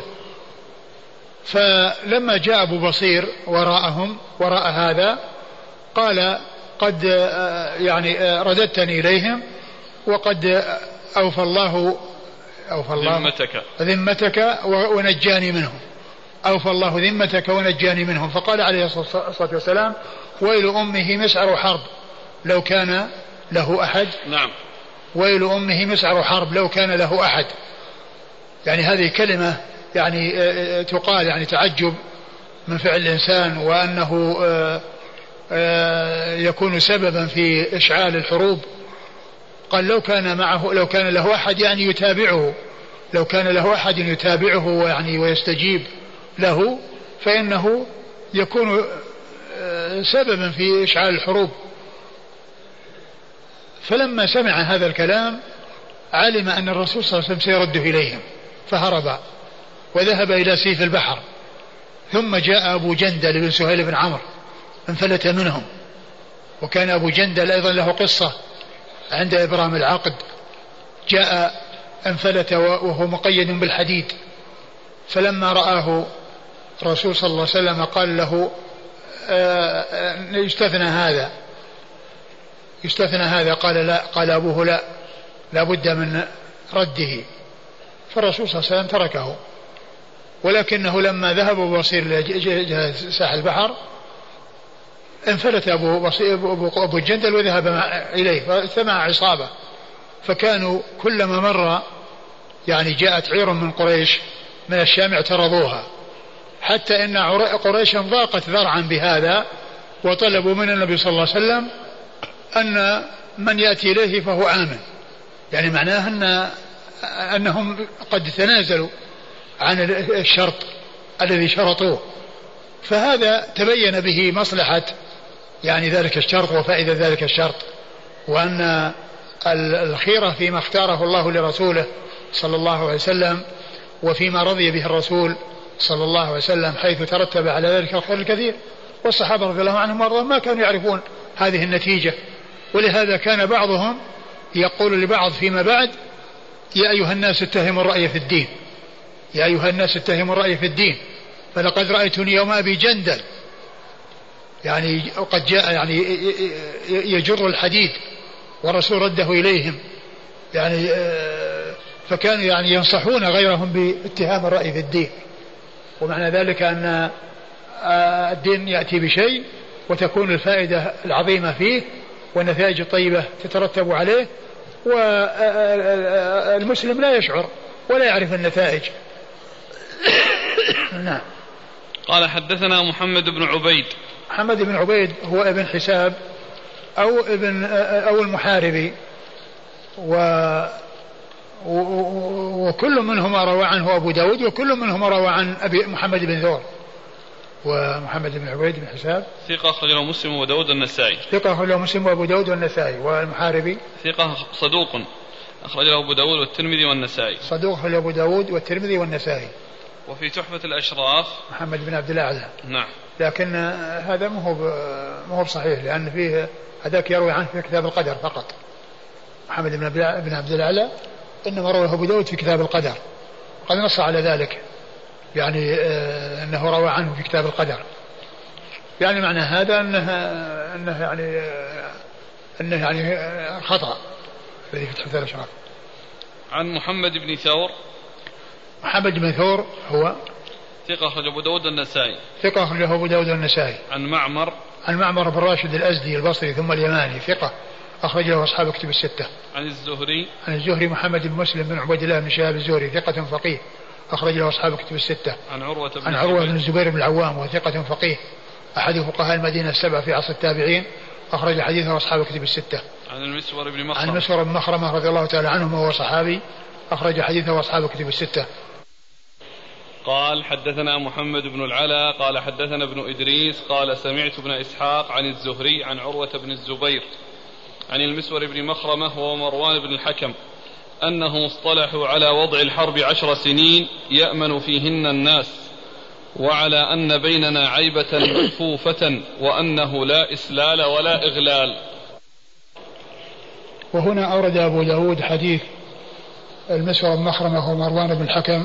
فلما جاء أبو بصير وراءهم وراء هذا قال قد يعني رددتني إليهم وقد أوفى الله ذمتك ونجاني منهم، أوفى الله ذمتك ونجاني منهم. فقال عليه الصلاة والسلام ويل أمه مسعر حرب لو كان له أحد. نعم. ويل أمه مسعر حرب لو كان له أحد. يعني هذه كلمة يعني تقال يعني تعجب من فعل الإنسان، وأنه يكون سببا في إشعال الحروب. قال لو كان له أحد يعني يتابعه، لو كان له أحد يتابعه يعني ويستجيب له فإنه يكون سببا في إشعال الحروب. فلما سمع هذا الكلام علم أن الرسول صلى الله عليه وسلم سيرده إليهم فهرب وذهب إلى سيف البحر. ثم جاء أبو جندل بن سهيل بن عمرو انفلت منهم، وكان أبو جندل أيضا له قصة عند إبرام العقد، جاء انفلت وهو مقيد بالحديد، فلما رآه الرسول صلى الله عليه وسلم قال له يستثنى هذا، قال لا، قال أبوه لا بد من رده. فالرسول صلى الله عليه وسلم تركه، ولكنه لما ذهب أبو بصير إلى ساحل البحر انفلت أبو الجندل وذهب إليه فاجتمع عصابة، فكانوا كلما مر يعني جاءت عير من قريش من الشام اعترضوها، حتى إن قريشا ضاقت ذرعا بهذا وطلبوا من النبي صلى الله عليه وسلم أن من يأتي إليه فهو آمن، يعني معناه أنهم قد تنازلوا عن الشرط الذي شرطوه. فهذا تبين به مصلحة يعني ذلك الشرط وفائدة ذلك الشرط، وأن الخيرة فيما اختاره الله لرسوله صلى الله عليه وسلم وفيما رضي به الرسول صلى الله عليه وسلم، حيث ترتب على ذلك الخير الكثير. والصحابة رضي الله عنهم وارضاهم ما كانوا يعرفون هذه النتيجة، ولهذا كان بعضهم يقول لبعض فيما بعد: يا أيها الناس اتهموا الرأي في الدين، يا أيها الناس اتهموا الرأي في الدين، فلقد رأيتني يوم أبي جندل، يعني قد جاء يعني يجر الحديد والرسول رده إليهم، يعني فكانوا يعني ينصحون غيرهم باتهام الرأي في الدين. ومعنى ذلك أن الدين يأتي بشيء وتكون الفائدة العظيمة فيه والنتائج الطيبة تترتب عليه، والمسلم لا يشعر ولا يعرف النتائج. نعم. قال حدثنا محمد بن عبيد. محمد بن عبيد هو ابن حساب أو المحاربي، وكل منهما روى عنه أبو داود، وكل منهما روى عن أبي محمد بن ذور. ومحمد بن عبيد بن حساب ثقة أخرج له مسلم وأبو داود والنسائي. ثقة أخرج له مسلم وأبو داود والنسائي. والمحاربي ثقة صدوق أخرج له أبو داود والترمذي والنسائي. صدوق أخرج له أبو داود والترمذي والنسائي. وفي تحفة الأشراف محمد بن عبد الأعلى. نعم. لكن هذا مو بصحيح، لأن فيه هذاك يروي عنه في كتاب القدر فقط. محمد بن عبد الأعلى إنما رواه أبو داود في كتاب القدر، قد نص على ذلك، يعني أنه روى عنه في كتاب القدر. يعني معنى هذا أنه يعني خطأ الذي في تحفة الأشراف. عن محمد بن ثور. محمد بن ثور هو ثقة أخرج أبو داود والنسائي. ثقة أخرج أبو داود والنسائي. عن معمر بن راشد الأزدي البصري ثم اليماني، ثقة أخرج له أصحاب كتب الستة. عن الزهري محمد بن مسلم بن عبيد الله بن شهاب الزهري، ثقة فقيه أخرج له أصحاب كتب الستة. عن عروة بن الزبير بن العوام وثقة فقيه أحد فقهاء المدينة السبع في عصر التابعين، أخرج حديثه أصحاب كتب الستة. عن المسور بن مخرمة رضي الله تعالى عنه وهو صحابي، أخرج حديثه أصحاب كتب الستة. قال حدثنا محمد بن العلا قال حدثنا ابن إدريس قال سمعت ابن إسحاق عن الزهري عن عروة بن الزبير عن المسور بن مخرمة ومروان بن الحكم أنهم اصطلحوا على وضع الحرب 10 سنين يأمن فيهن الناس، وعلى أن بيننا عيبة مكفوفة وأنه لا إسلال ولا إغلال. وهنا أورد أبو داود حديث المسور بن مخرمة ومروان بن الحكم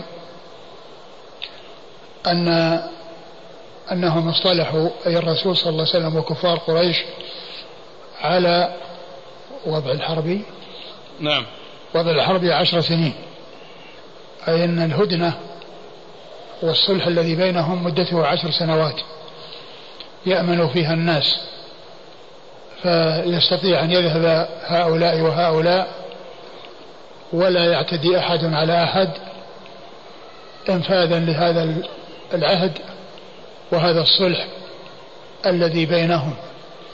أنهم اصطلحوا أي الرسول صلى الله عليه وسلم وكفار قريش على وضع الحرب. نعم. وضع الحرب 10 سنين، أي أن الهدنة والصلح الذي بينهم مدته 10 سنوات يأمن فيها الناس، فيستطيع أن يذهب هؤلاء وهؤلاء ولا يعتدي أحد على أحد انفاذا لهذا العهد وهذا الصلح الذي بينهم.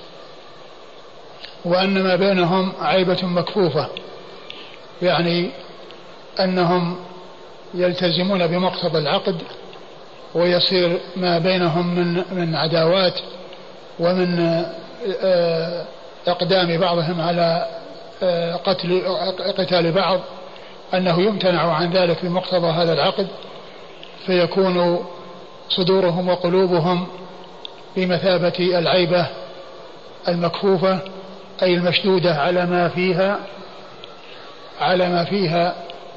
وأن ما بينهم عيبة مكفوفة، يعني أنهم يلتزمون بمقتضى العقد، ويصير ما بينهم من عداوات ومن إقدام بعضهم على قتال بعض، أنه يمتنع عن ذلك بمقتضى هذا العقد، فيكون صدورهم وقلوبهم بمثابة العيبة المكفوفة، أي المشدودة على ما فيها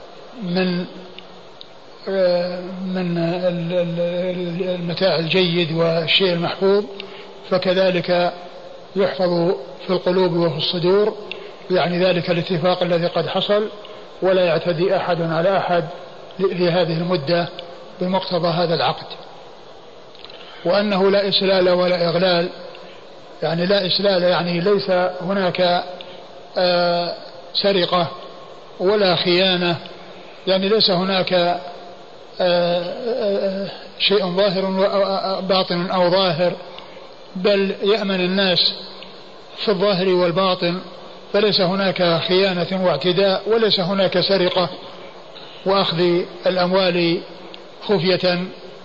من المتاع الجيد والشيء المحفوظ، فكذلك يحفظ في القلوب وفي الصدور، يعني ذلك الاتفاق الذي قد حصل، ولا يعتدي أحد على أحد لهذه المدة بمقتضى هذا العقد. وأنه لا إسلال ولا إغلال، يعني لا إسلال يعني ليس هناك سرقة ولا خيانة، يعني ليس هناك شيء ظاهر باطن أو ظاهر، بل يأمن الناس في الظاهر والباطن، فليس هناك خيانة واعتداء، وليس هناك سرقة وأخذ الأموال خفية.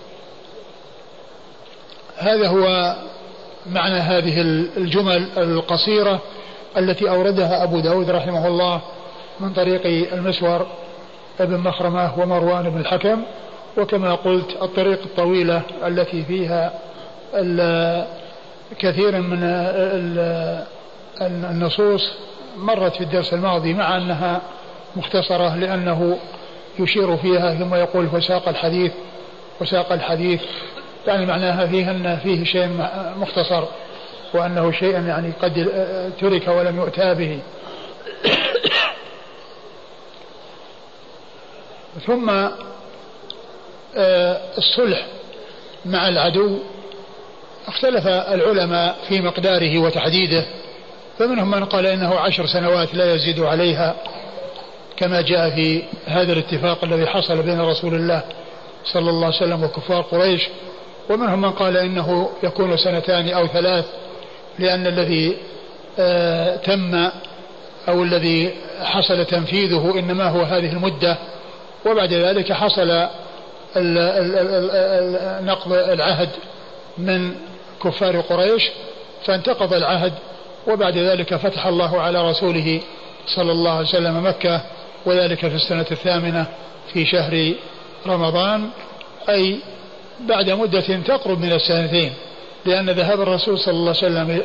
هذا هو معنى هذه الجمل القصيرة التي أوردها أبو داود رحمه الله من طريق المسور ابن مخرمة ومروان بن الحكم. وكما قلت الطريق الطويلة التي فيها كثير من النصوص مرت في الدرس الماضي، مع أنها مختصرة، لأنه يشير فيها ثم يقول وساق الحديث، يعني معناها فيها أن فيه شيء مختصر، وأنه شيء يعني قد ترك ولم يؤتى به. ثم الصلح مع العدو اختلف العلماء في مقداره وتحديده، فمنهم من قال إنه 10 سنوات لا يزيد عليها، كما جاء في هذا الاتفاق الذي حصل بين رسول الله صلى الله عليه وسلم وكفار قريش. ومنهم من قال إنه يكون 2 أو 3، لأن الذي تم أو الذي حصل تنفيذه إنما هو هذه المدة، وبعد ذلك حصل نقض العهد من كفار قريش، فانتقض العهد، وبعد ذلك فتح الله على رسوله صلى الله عليه وسلم مكة، وذلك في السنة 8 في شهر رمضان، أي بعد مدة تقرب من 2 لأن ذهاب الرسول صلى الله عليه وسلم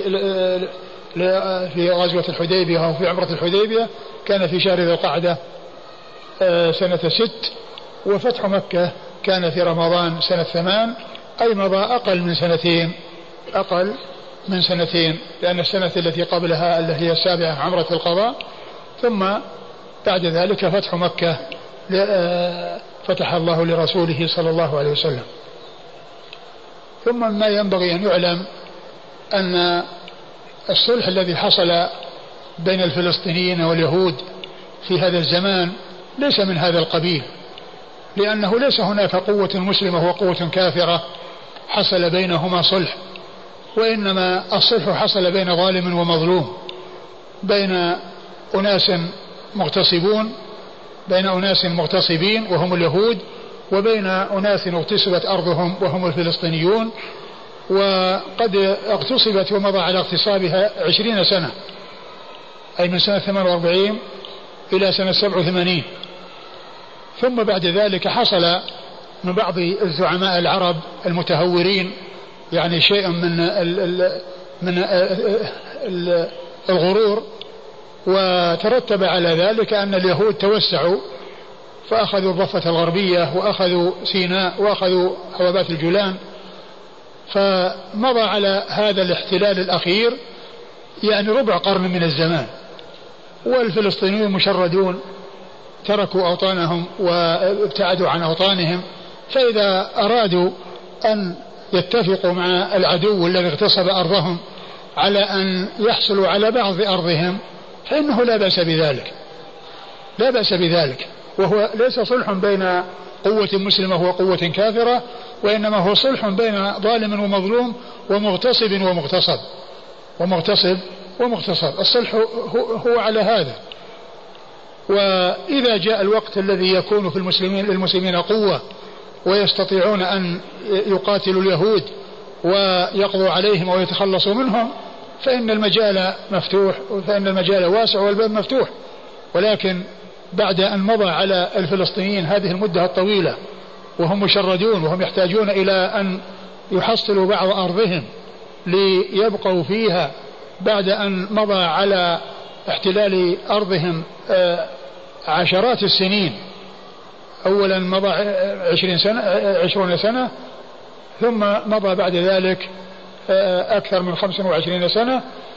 في غزوة الحديبية أو في عمرة الحديبية كان في شهر ذي القعدة سنة 6، وفتح مكة كان في رمضان سنة 8، أي مضى أقل من 2 لأن السنة التي قبلها التي هي 7 عمرة القضاء، ثم بعد ذلك فتح مكة فتح الله لرسوله صلى الله عليه وسلم. ثم ما ينبغي أن يعلم أن الصلح الذي حصل بين الفلسطينيين واليهود في هذا الزمان ليس من هذا القبيل، لأنه ليس هناك قوة مسلمة وقوة كافرة حصل بينهما صلح، وإنما الصلح حصل بين ظالم ومظلوم، بين أناس مغتصبين وهم اليهود، وبين أناس اغتصبت أرضهم وهم الفلسطينيون، وقد اغتصبت ومضى على اغتصابها 20 سنة، أي من سنة 48 إلى سنة 87. ثم بعد ذلك حصل من بعض الزعماء العرب المتهورين يعني شيء من الغرور، وترتب على ذلك أن اليهود توسعوا فأخذوا الضفة الغربية وأخذوا سيناء وأخذوا حوابات الجولان، فمضى على هذا الاحتلال الأخير يعني ربع قرن من الزمان، والفلسطينيون مشردون تركوا أوطانهم وابتعدوا عن أوطانهم، فإذا أرادوا أن يتفقوا مع العدو الذي اغتصب أرضهم على أن يحصلوا على بعض أرضهم فإنه لا بأس بذلك، وهو ليس صلح بين قوة مسلمة وقوة كافرة، وإنما هو صلح بين ظالم ومظلوم ومغتصب ومغتصب. الصلح هو على هذا. وإذا جاء الوقت الذي يكون في للمسلمين قوة ويستطيعون أن يقاتلوا اليهود ويقضوا عليهم ويتخلصوا منهم فإن المجال مفتوح، فإن المجال واسع والباب مفتوح. ولكن بعد أن مضى على الفلسطينيين هذه المدة الطويلة وهم مشردون وهم يحتاجون إلى أن يحصلوا بعض أرضهم ليبقوا فيها بعد أن مضى على احتلال أرضهم عشرات السنين. أولا مضى 20 سنة ثم مضى بعد ذلك أكثر من 25 سنة.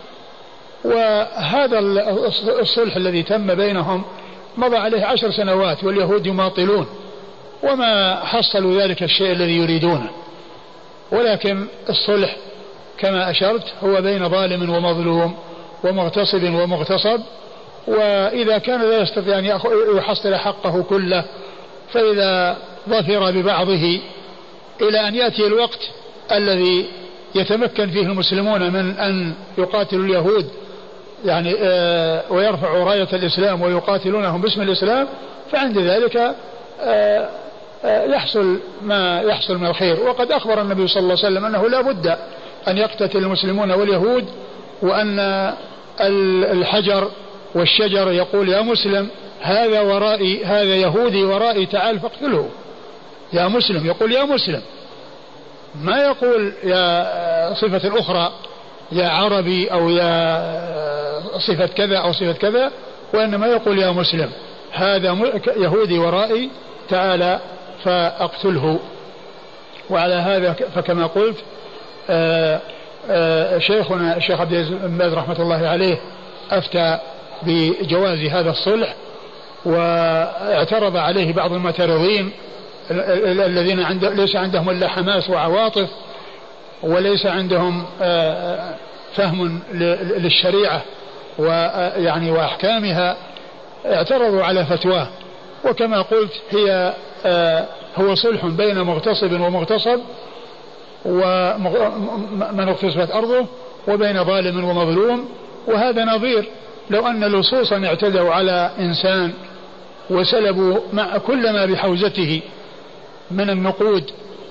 وهذا الصلح الذي تم بينهم مضى عليه 10 سنوات واليهود يماطلون وما حصلوا ذلك الشيء الذي يريدونه. ولكن الصلح كما أشرت هو بين ظالم ومظلوم ومغتصب ومغتصب. وإذا كان لا يستطيع أن يحصل حقه كله فإذا ظفر ببعضه إلى أن يأتي الوقت الذي يتمكن فيه المسلمون من أن يقاتلوا اليهود يعني ويرفعوا راية الإسلام ويقاتلونهم باسم الإسلام فعند ذلك يحصل ما يحصل من الخير. وقد أخبر النبي صلى الله عليه وسلم أنه لا بد أن يقتتل المسلمون واليهود وأن الحجر والشجر يقول يا مسلم هذا ورائي، هذا يهودي ورائي تعال فاقتله. يا مسلم يقول يا مسلم، ما يقول يا صفة أخرى يا عربي أو يا صفة كذا أو صفة كذا، وإنما يقول يا مسلم هذا يهودي ورائي تعالى فأقتله. وعلى هذا فكما قلت شيخنا الشيخ عبد العزيز بن باز رحمة الله عليه أفتى بجواز هذا الصلح، واعترض عليه بعض المعترضين الذين ليس عندهم إلا حماس وعواطف وليس عندهم فهم للشريعة ويعني وأحكامها، اعترضوا على فتواه. وكما قلت هو صلح بين مغتصب ومغتصب ومن اغتصبت أرضه وبين ظالم ومظلوم. وهذا نظير لو أن لصوصا اعتدوا على إنسان وسلبوا كل ما بحوزته من النقود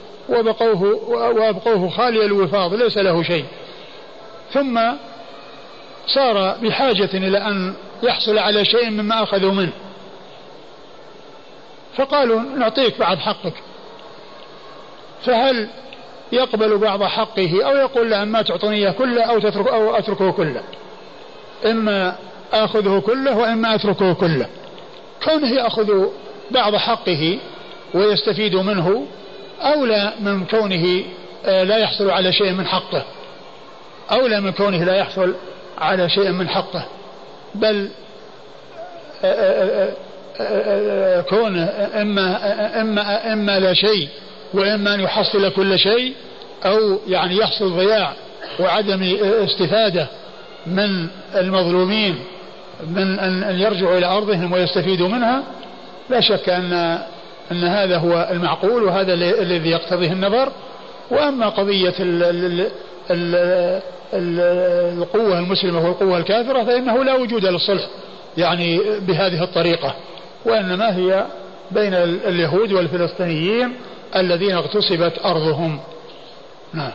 وابقوه خالي الوفاض ليس له شيء، ثم صار بحاجة إلى أن يحصل على شيء مما أخذوا منه، فقالوا نعطيك بعض حقك، فهل يقبل بعض حقه أو يقول له ما تعطونيه كله أو أتركه كله؟ إما أخذه كله وإما أتركه كله. كونه يأخذ بعض حقه ويستفيد منه أولى من كونه لا يحصل على شيء من حقه، أولى من كونه لا يحصل على شيء من حقه، بل كونه إما لا شيء وإما أن يحصل كل شيء، أو يعني يحصل ضياع وعدم استفادة من المظلومين من أن يرجعوا إلى أرضهم ويستفيدوا منها. لا شك أن هذا هو المعقول وهذا الذي يقتضيه النظر. وأما قضية القوة المسلمة والقوة الكافرة فإنه لا وجود للصلح يعني بهذه الطريقة، وإنما هي بين اليهود والفلسطينيين الذين اغتصبت أرضهم. نعم.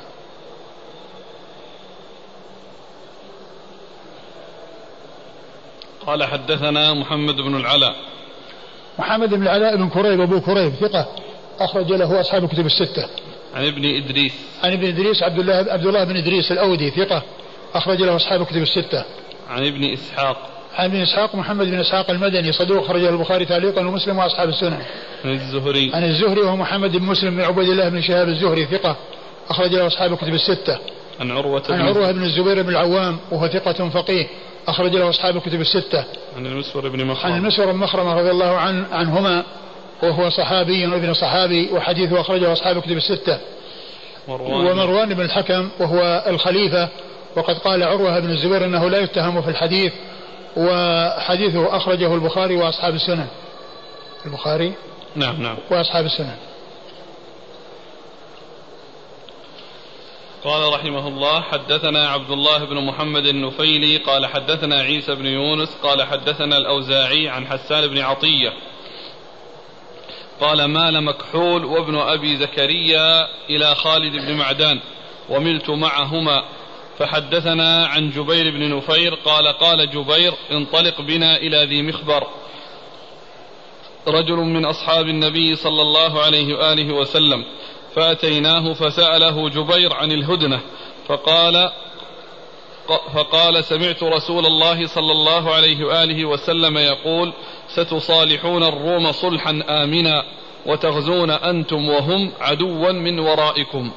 قال حدثنا محمد بن العلاء. محمد بن العلاء بن كريب أبو كريب ثقة أخرج له أصحاب الكتب الستة. عن ابن إدريس. عن ابن إدريس عبد الله بن إدريس الأودي ثقة أخرج له أصحاب الكتب الستة. عن ابن إسحاق. عن ابن إسحاق محمد بن إسحاق المدني صدوق أخرجه البخاري تعليقا ومسلم وأصحاب السنن. عن الزهري. عن الزهري وهو محمد بن مسلم بن عبيد الله بن شهاب الزهري ثقة أخرج له أصحاب الكتب الستة. عن عروة بن الزبير بن العوام وهو ثقة فقيه أخرج له أصحاب الكتب الستة. عن المسور بن مخرمة. عن المسور بن مخرمة رضي الله عنهما وهو صحابي وابن صحابي وحديثه أخرجه أصحاب الكتب الستة. ومروان بن الحكم وهو الخليفة، وقد قال عروة بن الزبير أنه لا يتهم في الحديث، وحديثه أخرجه البخاري وأصحاب السنن. البخاري نعم وأصحاب السنن. قال رحمه الله: حدثنا عبد الله بن محمد النفيلي قال حدثنا عيسى بن يونس قال حدثنا الأوزاعي عن حسان بن عطية قال: مال مكحول وابن أبي زكريا إلى خالد بن معدان وملت معهما، فحدثنا عن جبير بن نفير قال جبير: انطلق بنا إلى ذي مخبر، رجل من أصحاب النبي صلى الله عليه وآله وسلم، فأتيناه فسأله جبير عن الهدنة فقال: سمعت رسول الله صلى الله عليه وآله وسلم يقول: ستصالحون الروم صلحا آمنا وتغزون أنتم وهم عدوا من ورائكم.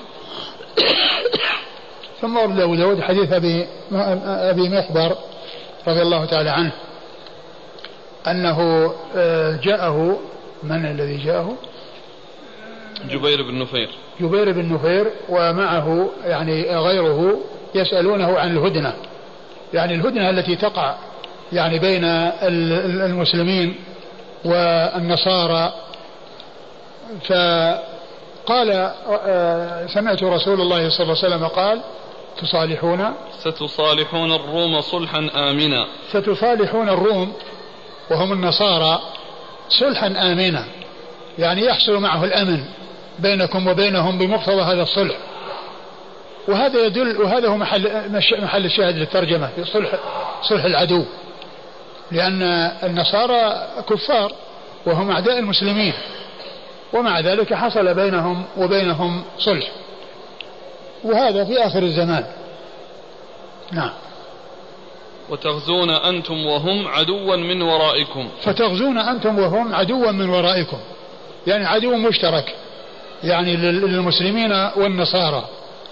ثم ورد أبو داود حديث أبي مخبر رضي الله تعالى عنه أنه جاءه، من الذي جاءه؟ جبير بن نفير ومعه يعني غيره يسألونه عن الهدنة، يعني الهدنة التي تقع يعني بين المسلمين والنصارى. فقال: سمعت رسول الله صلى الله عليه وسلم قال: ستصالحون الروم صلحا آمنا. ستصالحون الروم وهم النصارى صلحا آمنا، يعني يحصل معه الأمن بينكم وبينهم بمقتضى هذا الصلح. وهذا يدل، وهذا هو محل الشاهد للترجمة في صلح العدو، لأن النصارى كفار وهم أعداء المسلمين، ومع ذلك حصل بينهم وبينهم صلح، وهذا في آخر الزمان. نعم. وتغزون أنتم وهم عدوا من ورائكم. فتغزون أنتم وهم عدوا من ورائكم، يعني عدو مشترك يعني للمسلمين والنصارى.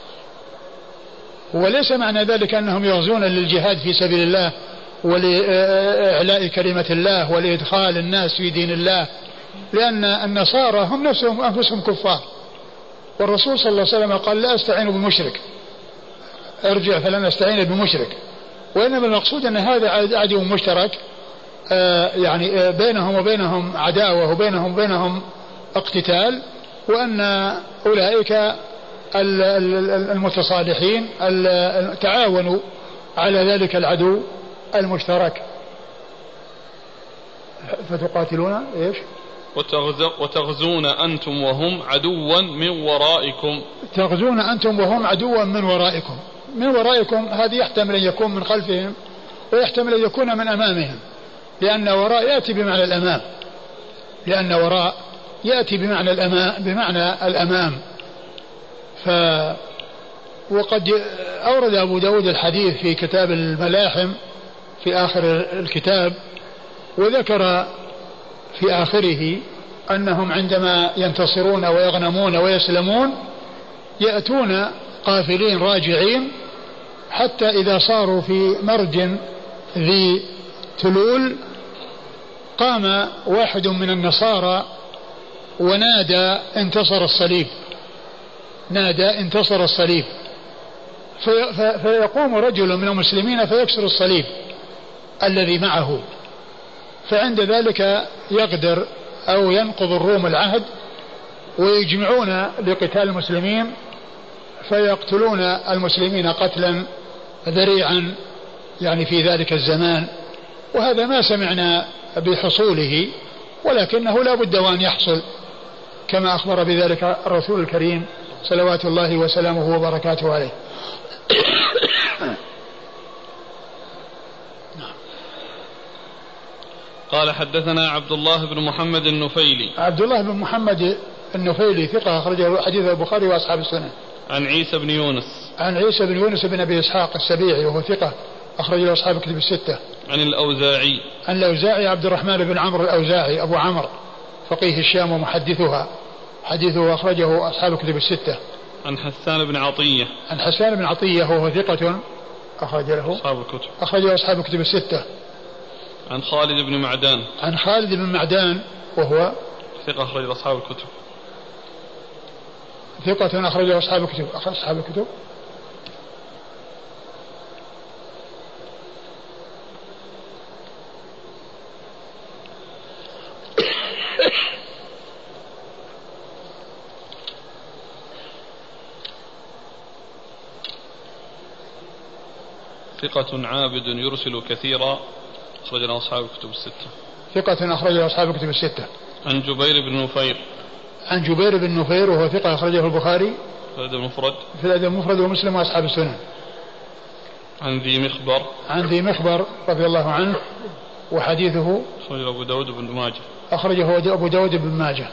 وليس معنى ذلك أنهم يغزون للجهاد في سبيل الله ولإعلاء كلمة الله ولإدخال الناس في دين الله، لأن النصارى هم نفسهم أنفسهم كفار، والرسول صلى الله عليه وسلم قال: لا أستعين بمشرك، ارجع فلن أستعين بمشرك. وإنما المقصود أن هذا عدو مشترك، يعني بينهم وبينهم عداوة وبينهم اقتتال، وأن أولئك المتصالحين تعاونوا على ذلك العدو المشترك. فتقاتلون إيش؟ وتغزون أنتم وهم عدوا من ورائكم. تغزون أنتم وهم عدوا من ورائكم. من ورائكم هذه يحتمل أن يكون من خلفهم ويحتمل أن يكون من أمامهم، لأن وراء يأتي بمعنى الأمام، لأن وراء يأتي بمعنى الأمام. وقد أورد أبو داود الحديث في كتاب الملاحم في آخر الكتاب، وذكر في آخره أنهم عندما ينتصرون ويغنمون ويسلمون يأتون قافلين راجعين، حتى إذا صاروا في مرج ذي تلول قام واحد من النصارى ونادى: انتصر الصليب، نادى: انتصر الصليب. فيقوم رجل من المسلمين فيكسر الصليب الذي معه، فعند ذلك يقدر أو ينقض الروم العهد ويجمعون لقتال المسلمين، فيقتلون المسلمين قتلا ذريعا يعني في ذلك الزمان. وهذا ما سمعنا بحصوله، ولكنه لا بد وأن يحصل، كما أخبر بذلك الرسول الكريم صلوات الله وسلامه وبركاته عليه. قال: حدثنا عبد الله بن محمد النفيلي. عبد الله بن محمد النفيلي ثقة أخرجه حديث البخاري وأصحاب السنن. عن عيسى بن يونس. عن عيسى بن يونس بن أبي إسحاق السبيعي وهو ثقة أخرج له أصحاب الكتب الستة. عن الأوزاعي. عن الأوزاعي عبد الرحمن بن عمرو الأوزاعي أبو عمرو فقيه الشام ومحدثها، حديثه أخرجه أصحاب الكتب الستة. عن حسان بن عطية. عن حسان بن عطية وهو ثقة أخرج له أصحاب الكتب الستة. عن خالد بن معدان. عن خالد بن معدان وهو ثقة أخرج أصحاب الكتب. ثقة أخرج أصحاب الكتب. ثقة عابد يرسل كثيرا، أخرج له أصحاب الكتب الستة. ثقة أخرج له أصحاب الكتب الستة. عن جبير بن نفير. عن جبير بن نفير وهو ثقة أخرجه البخاري في الأدب المفرد. في الأدب المفرد ومسلم وأصحاب السنن. عن ذي مخبر. عن ذي مخبر رضي الله عنه وحديثه أخرجه أبو داود بن ماجه. أخرجه أبو داود بن ماجه.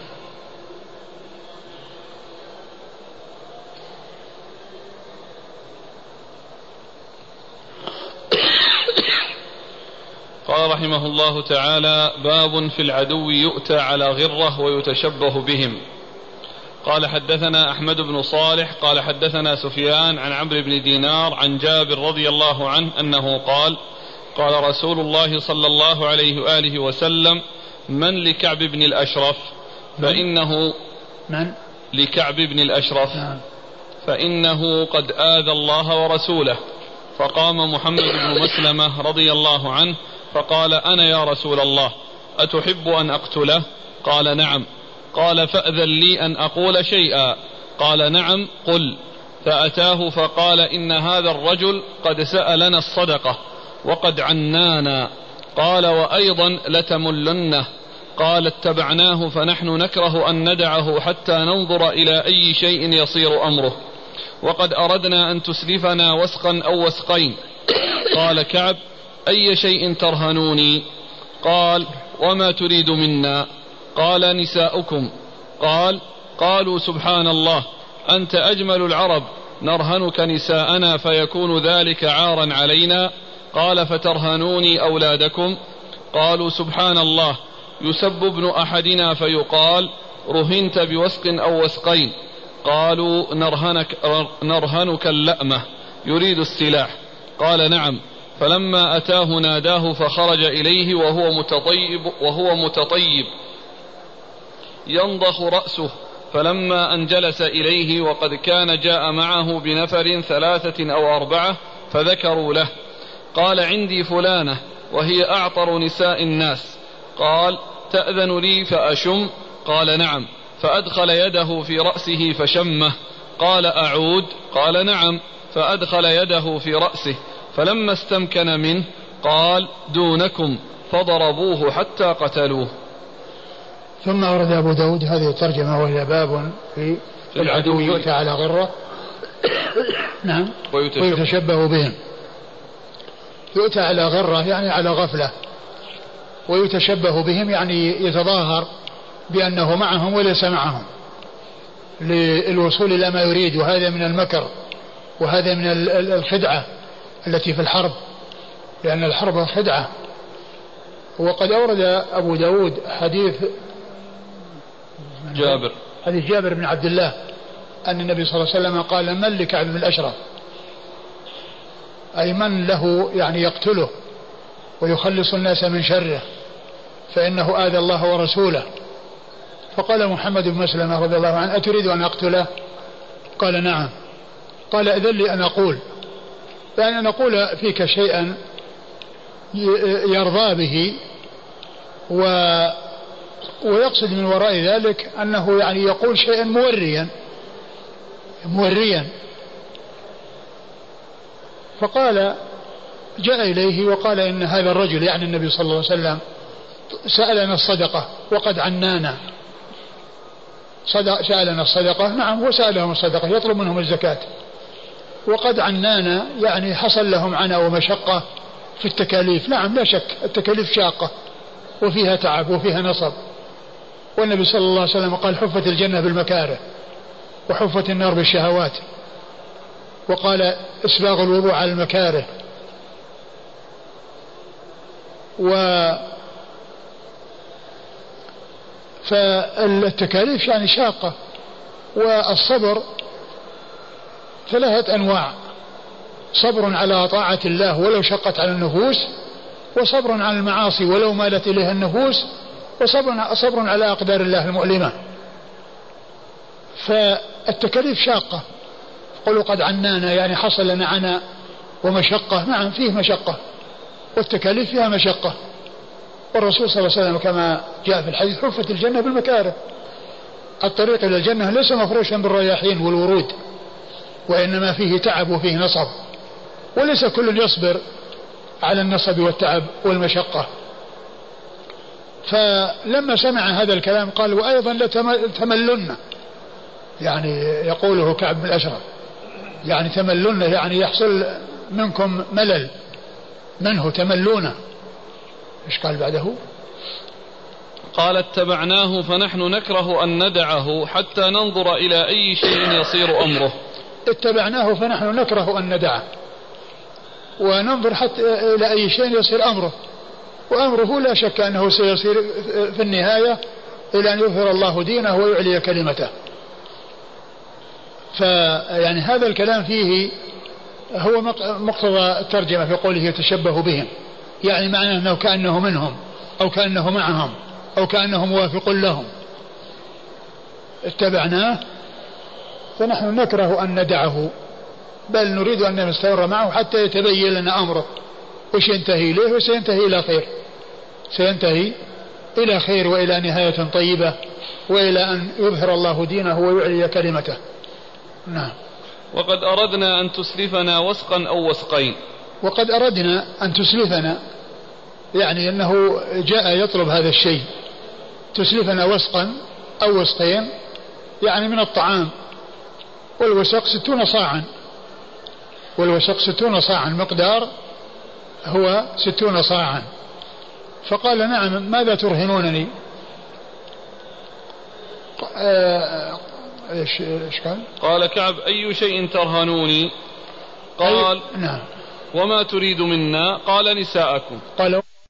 قال رحمه الله تعالى: باب في العدو يؤتى على غرة ويتشبه بهم. قال حدثنا أحمد بن صالح قال حدثنا سفيان عن عمرو بن دينار عن جابر رضي الله عنه أنه قال: قال رسول الله صلى الله عليه وآله وسلم: من لكعب بن الأشرف فإنه من لكعب بن الأشرف فإنه قد آذى الله ورسوله. فقام محمد بن مسلمة رضي الله عنه فقال: أنا يا رسول الله، أتحب أن أقتله؟ قال: نعم. قال: فأذن لي أن أقول شيئا. قال: نعم، قل. فأتاه فقال: إن هذا الرجل قد سألنا الصدقة وقد عنانا. قال: وأيضا لتملنه. قال: اتبعناه فنحن نكره أن ندعه حتى ننظر إلى أي شيء يصير أمره، وقد أردنا أن تسلفنا وسقا أو وسقين. قال كعب: أي شيء ترهنوني؟ قال: وما تريد منا؟ قال: نساؤكم. قال: قالوا: سبحان الله، أنت أجمل العرب، نرهنك نساءنا فيكون ذلك عارا علينا؟ قال: فترهنوني أولادكم؟ قالوا: سبحان الله، يسب ابن أحدنا فيقال: رهنت بوسق أو وسقين. قالوا: نرهنك اللأمة، يريد السلاح. قال: نعم. فلما أتاه ناداه فخرج إليه وهو متطيب ينضخ رأسه. فلما أن جلس إليه وقد كان جاء معه بنفر 3 أو 4 فذكروا له. قال: عندي فلانة وهي أعطر نساء الناس. قال: تأذن لي فأشم؟ قال: نعم. فأدخل يده في رأسه فشمه. قال: أعود؟ قال: نعم. فأدخل يده في رأسه فلما استمكن منه قال: دونكم، فضربوه حتى قتلوه. ثم أورد أبو داود هذه الترجمة وهي باب في العدو يؤتى على غرة نعم ويتشبه بهم. يؤتى على غرة يعني على غفلة، ويتشبه بهم يعني يتظاهر بأنه معهم وليس معهم للوصول إلى ما يريد. وهذا من المكر وهذا من الخدعة التي في الحرب، لأن الحرب خدعة. وقد أورد أبو داود حديث جابر بن عبد الله أن النبي صلى الله عليه وسلم قال: من لكعب بن الأشرف، أي من له يعني يقتله ويخلص الناس من شره، فإنه آذى الله ورسوله. فقال محمد بن مسلمة رضي الله عنه: أتريد أن أقتله؟ قال: نعم. قال: إذن لي أن أقول، يعني أن أقول فيك شيئا يرضى به، ويقصد من وراء ذلك أنه يعني يقول شيئا موريا. فقال: جاء إليه وقال: إن هذا الرجل يعني النبي صلى الله عليه وسلم سألنا الصدقة وقد عنانا. سألنا الصدقة، نعم، وسألهم الصدقة، يطلب منهم الزكاة. وقد عنانا يعني حصل لهم عناء ومشقة في التكاليف. نعم، لا شك التكاليف شاقة وفيها تعب وفيها نصب. والنبي صلى الله عليه وسلم قال: حفت الجنة بالمكاره وحفت النار بالشهوات، وقال: إسباغ الوضوء على المكاره. فالتكاليف يعني شاقة. والصبر 3 أنواع: صبر على طاعة الله ولو شقت على النفوس، وصبر على المعاصي ولو مالت إليها النفوس، وصبر على أقدار الله المؤلمة. فالتكاليف شاقة. قلوا قد عنانا يعني حصل لنا عناء ومشقة. نعم، فيه مشقة والتكاليف فيها مشقة. والرسول صلى الله عليه وسلم كما جاء في الحديث: حفت الجنة بالمكاره. الطريق إلى الجنة ليس مفروشا بالرياحين والورود، وإنما فيه تعب وفيه نصب وليس كل يصبر على النصب والتعب والمشقة. فلما سمع هذا الكلام قال وأيضا لتملن، يعني يقوله كعب بن الأشرف، يعني تملن يعني يحصل منكم ملل منه، تملون. ايش قال بعده؟ قال اتبعناه فنحن نكره أن ندعه حتى ننظر إلى أي شيء يصير أمره. اتبعناه فنحن نكره أن ندعه وننظر حتى إلى أي شيء يصير أمره، وأمره لا شك أنه سيصير في النهاية إلى أن يظهر الله دينه ويعلي كلمته. فيعني هذا الكلام فيه هو مقتضى الترجمة في قوله يتشبه بهم، يعني معناه أنه كأنه منهم أو كأنه معهم أو كأنه موافق لهم. اتبعناه فنحن نكره أن ندعه، بل نريد أن نستمر معه حتى يتبين لنا أمره وش ينتهي إليه، وسينتهي إلى خير، سينتهي إلى خير وإلى نهاية طيبة وإلى أن يظهر الله دينه ويعلي كلمته. نعم. وقد أردنا أن تسلفنا وسقا أو وسقين. وقد أردنا أن تسلفنا، يعني أنه جاء يطلب هذا الشيء، تسلفنا وسقا أو وسقين، يعني من الطعام. والوسق 60 صاعا، والوسق 60 صاعا، مقدار هو 60 صاعا. فقال نعم ماذا ترهنونني؟ ايش قال؟ قال كعب أي شيء ترهنوني؟ قال نعم. وما تريد منا؟ قال نساءكم. قال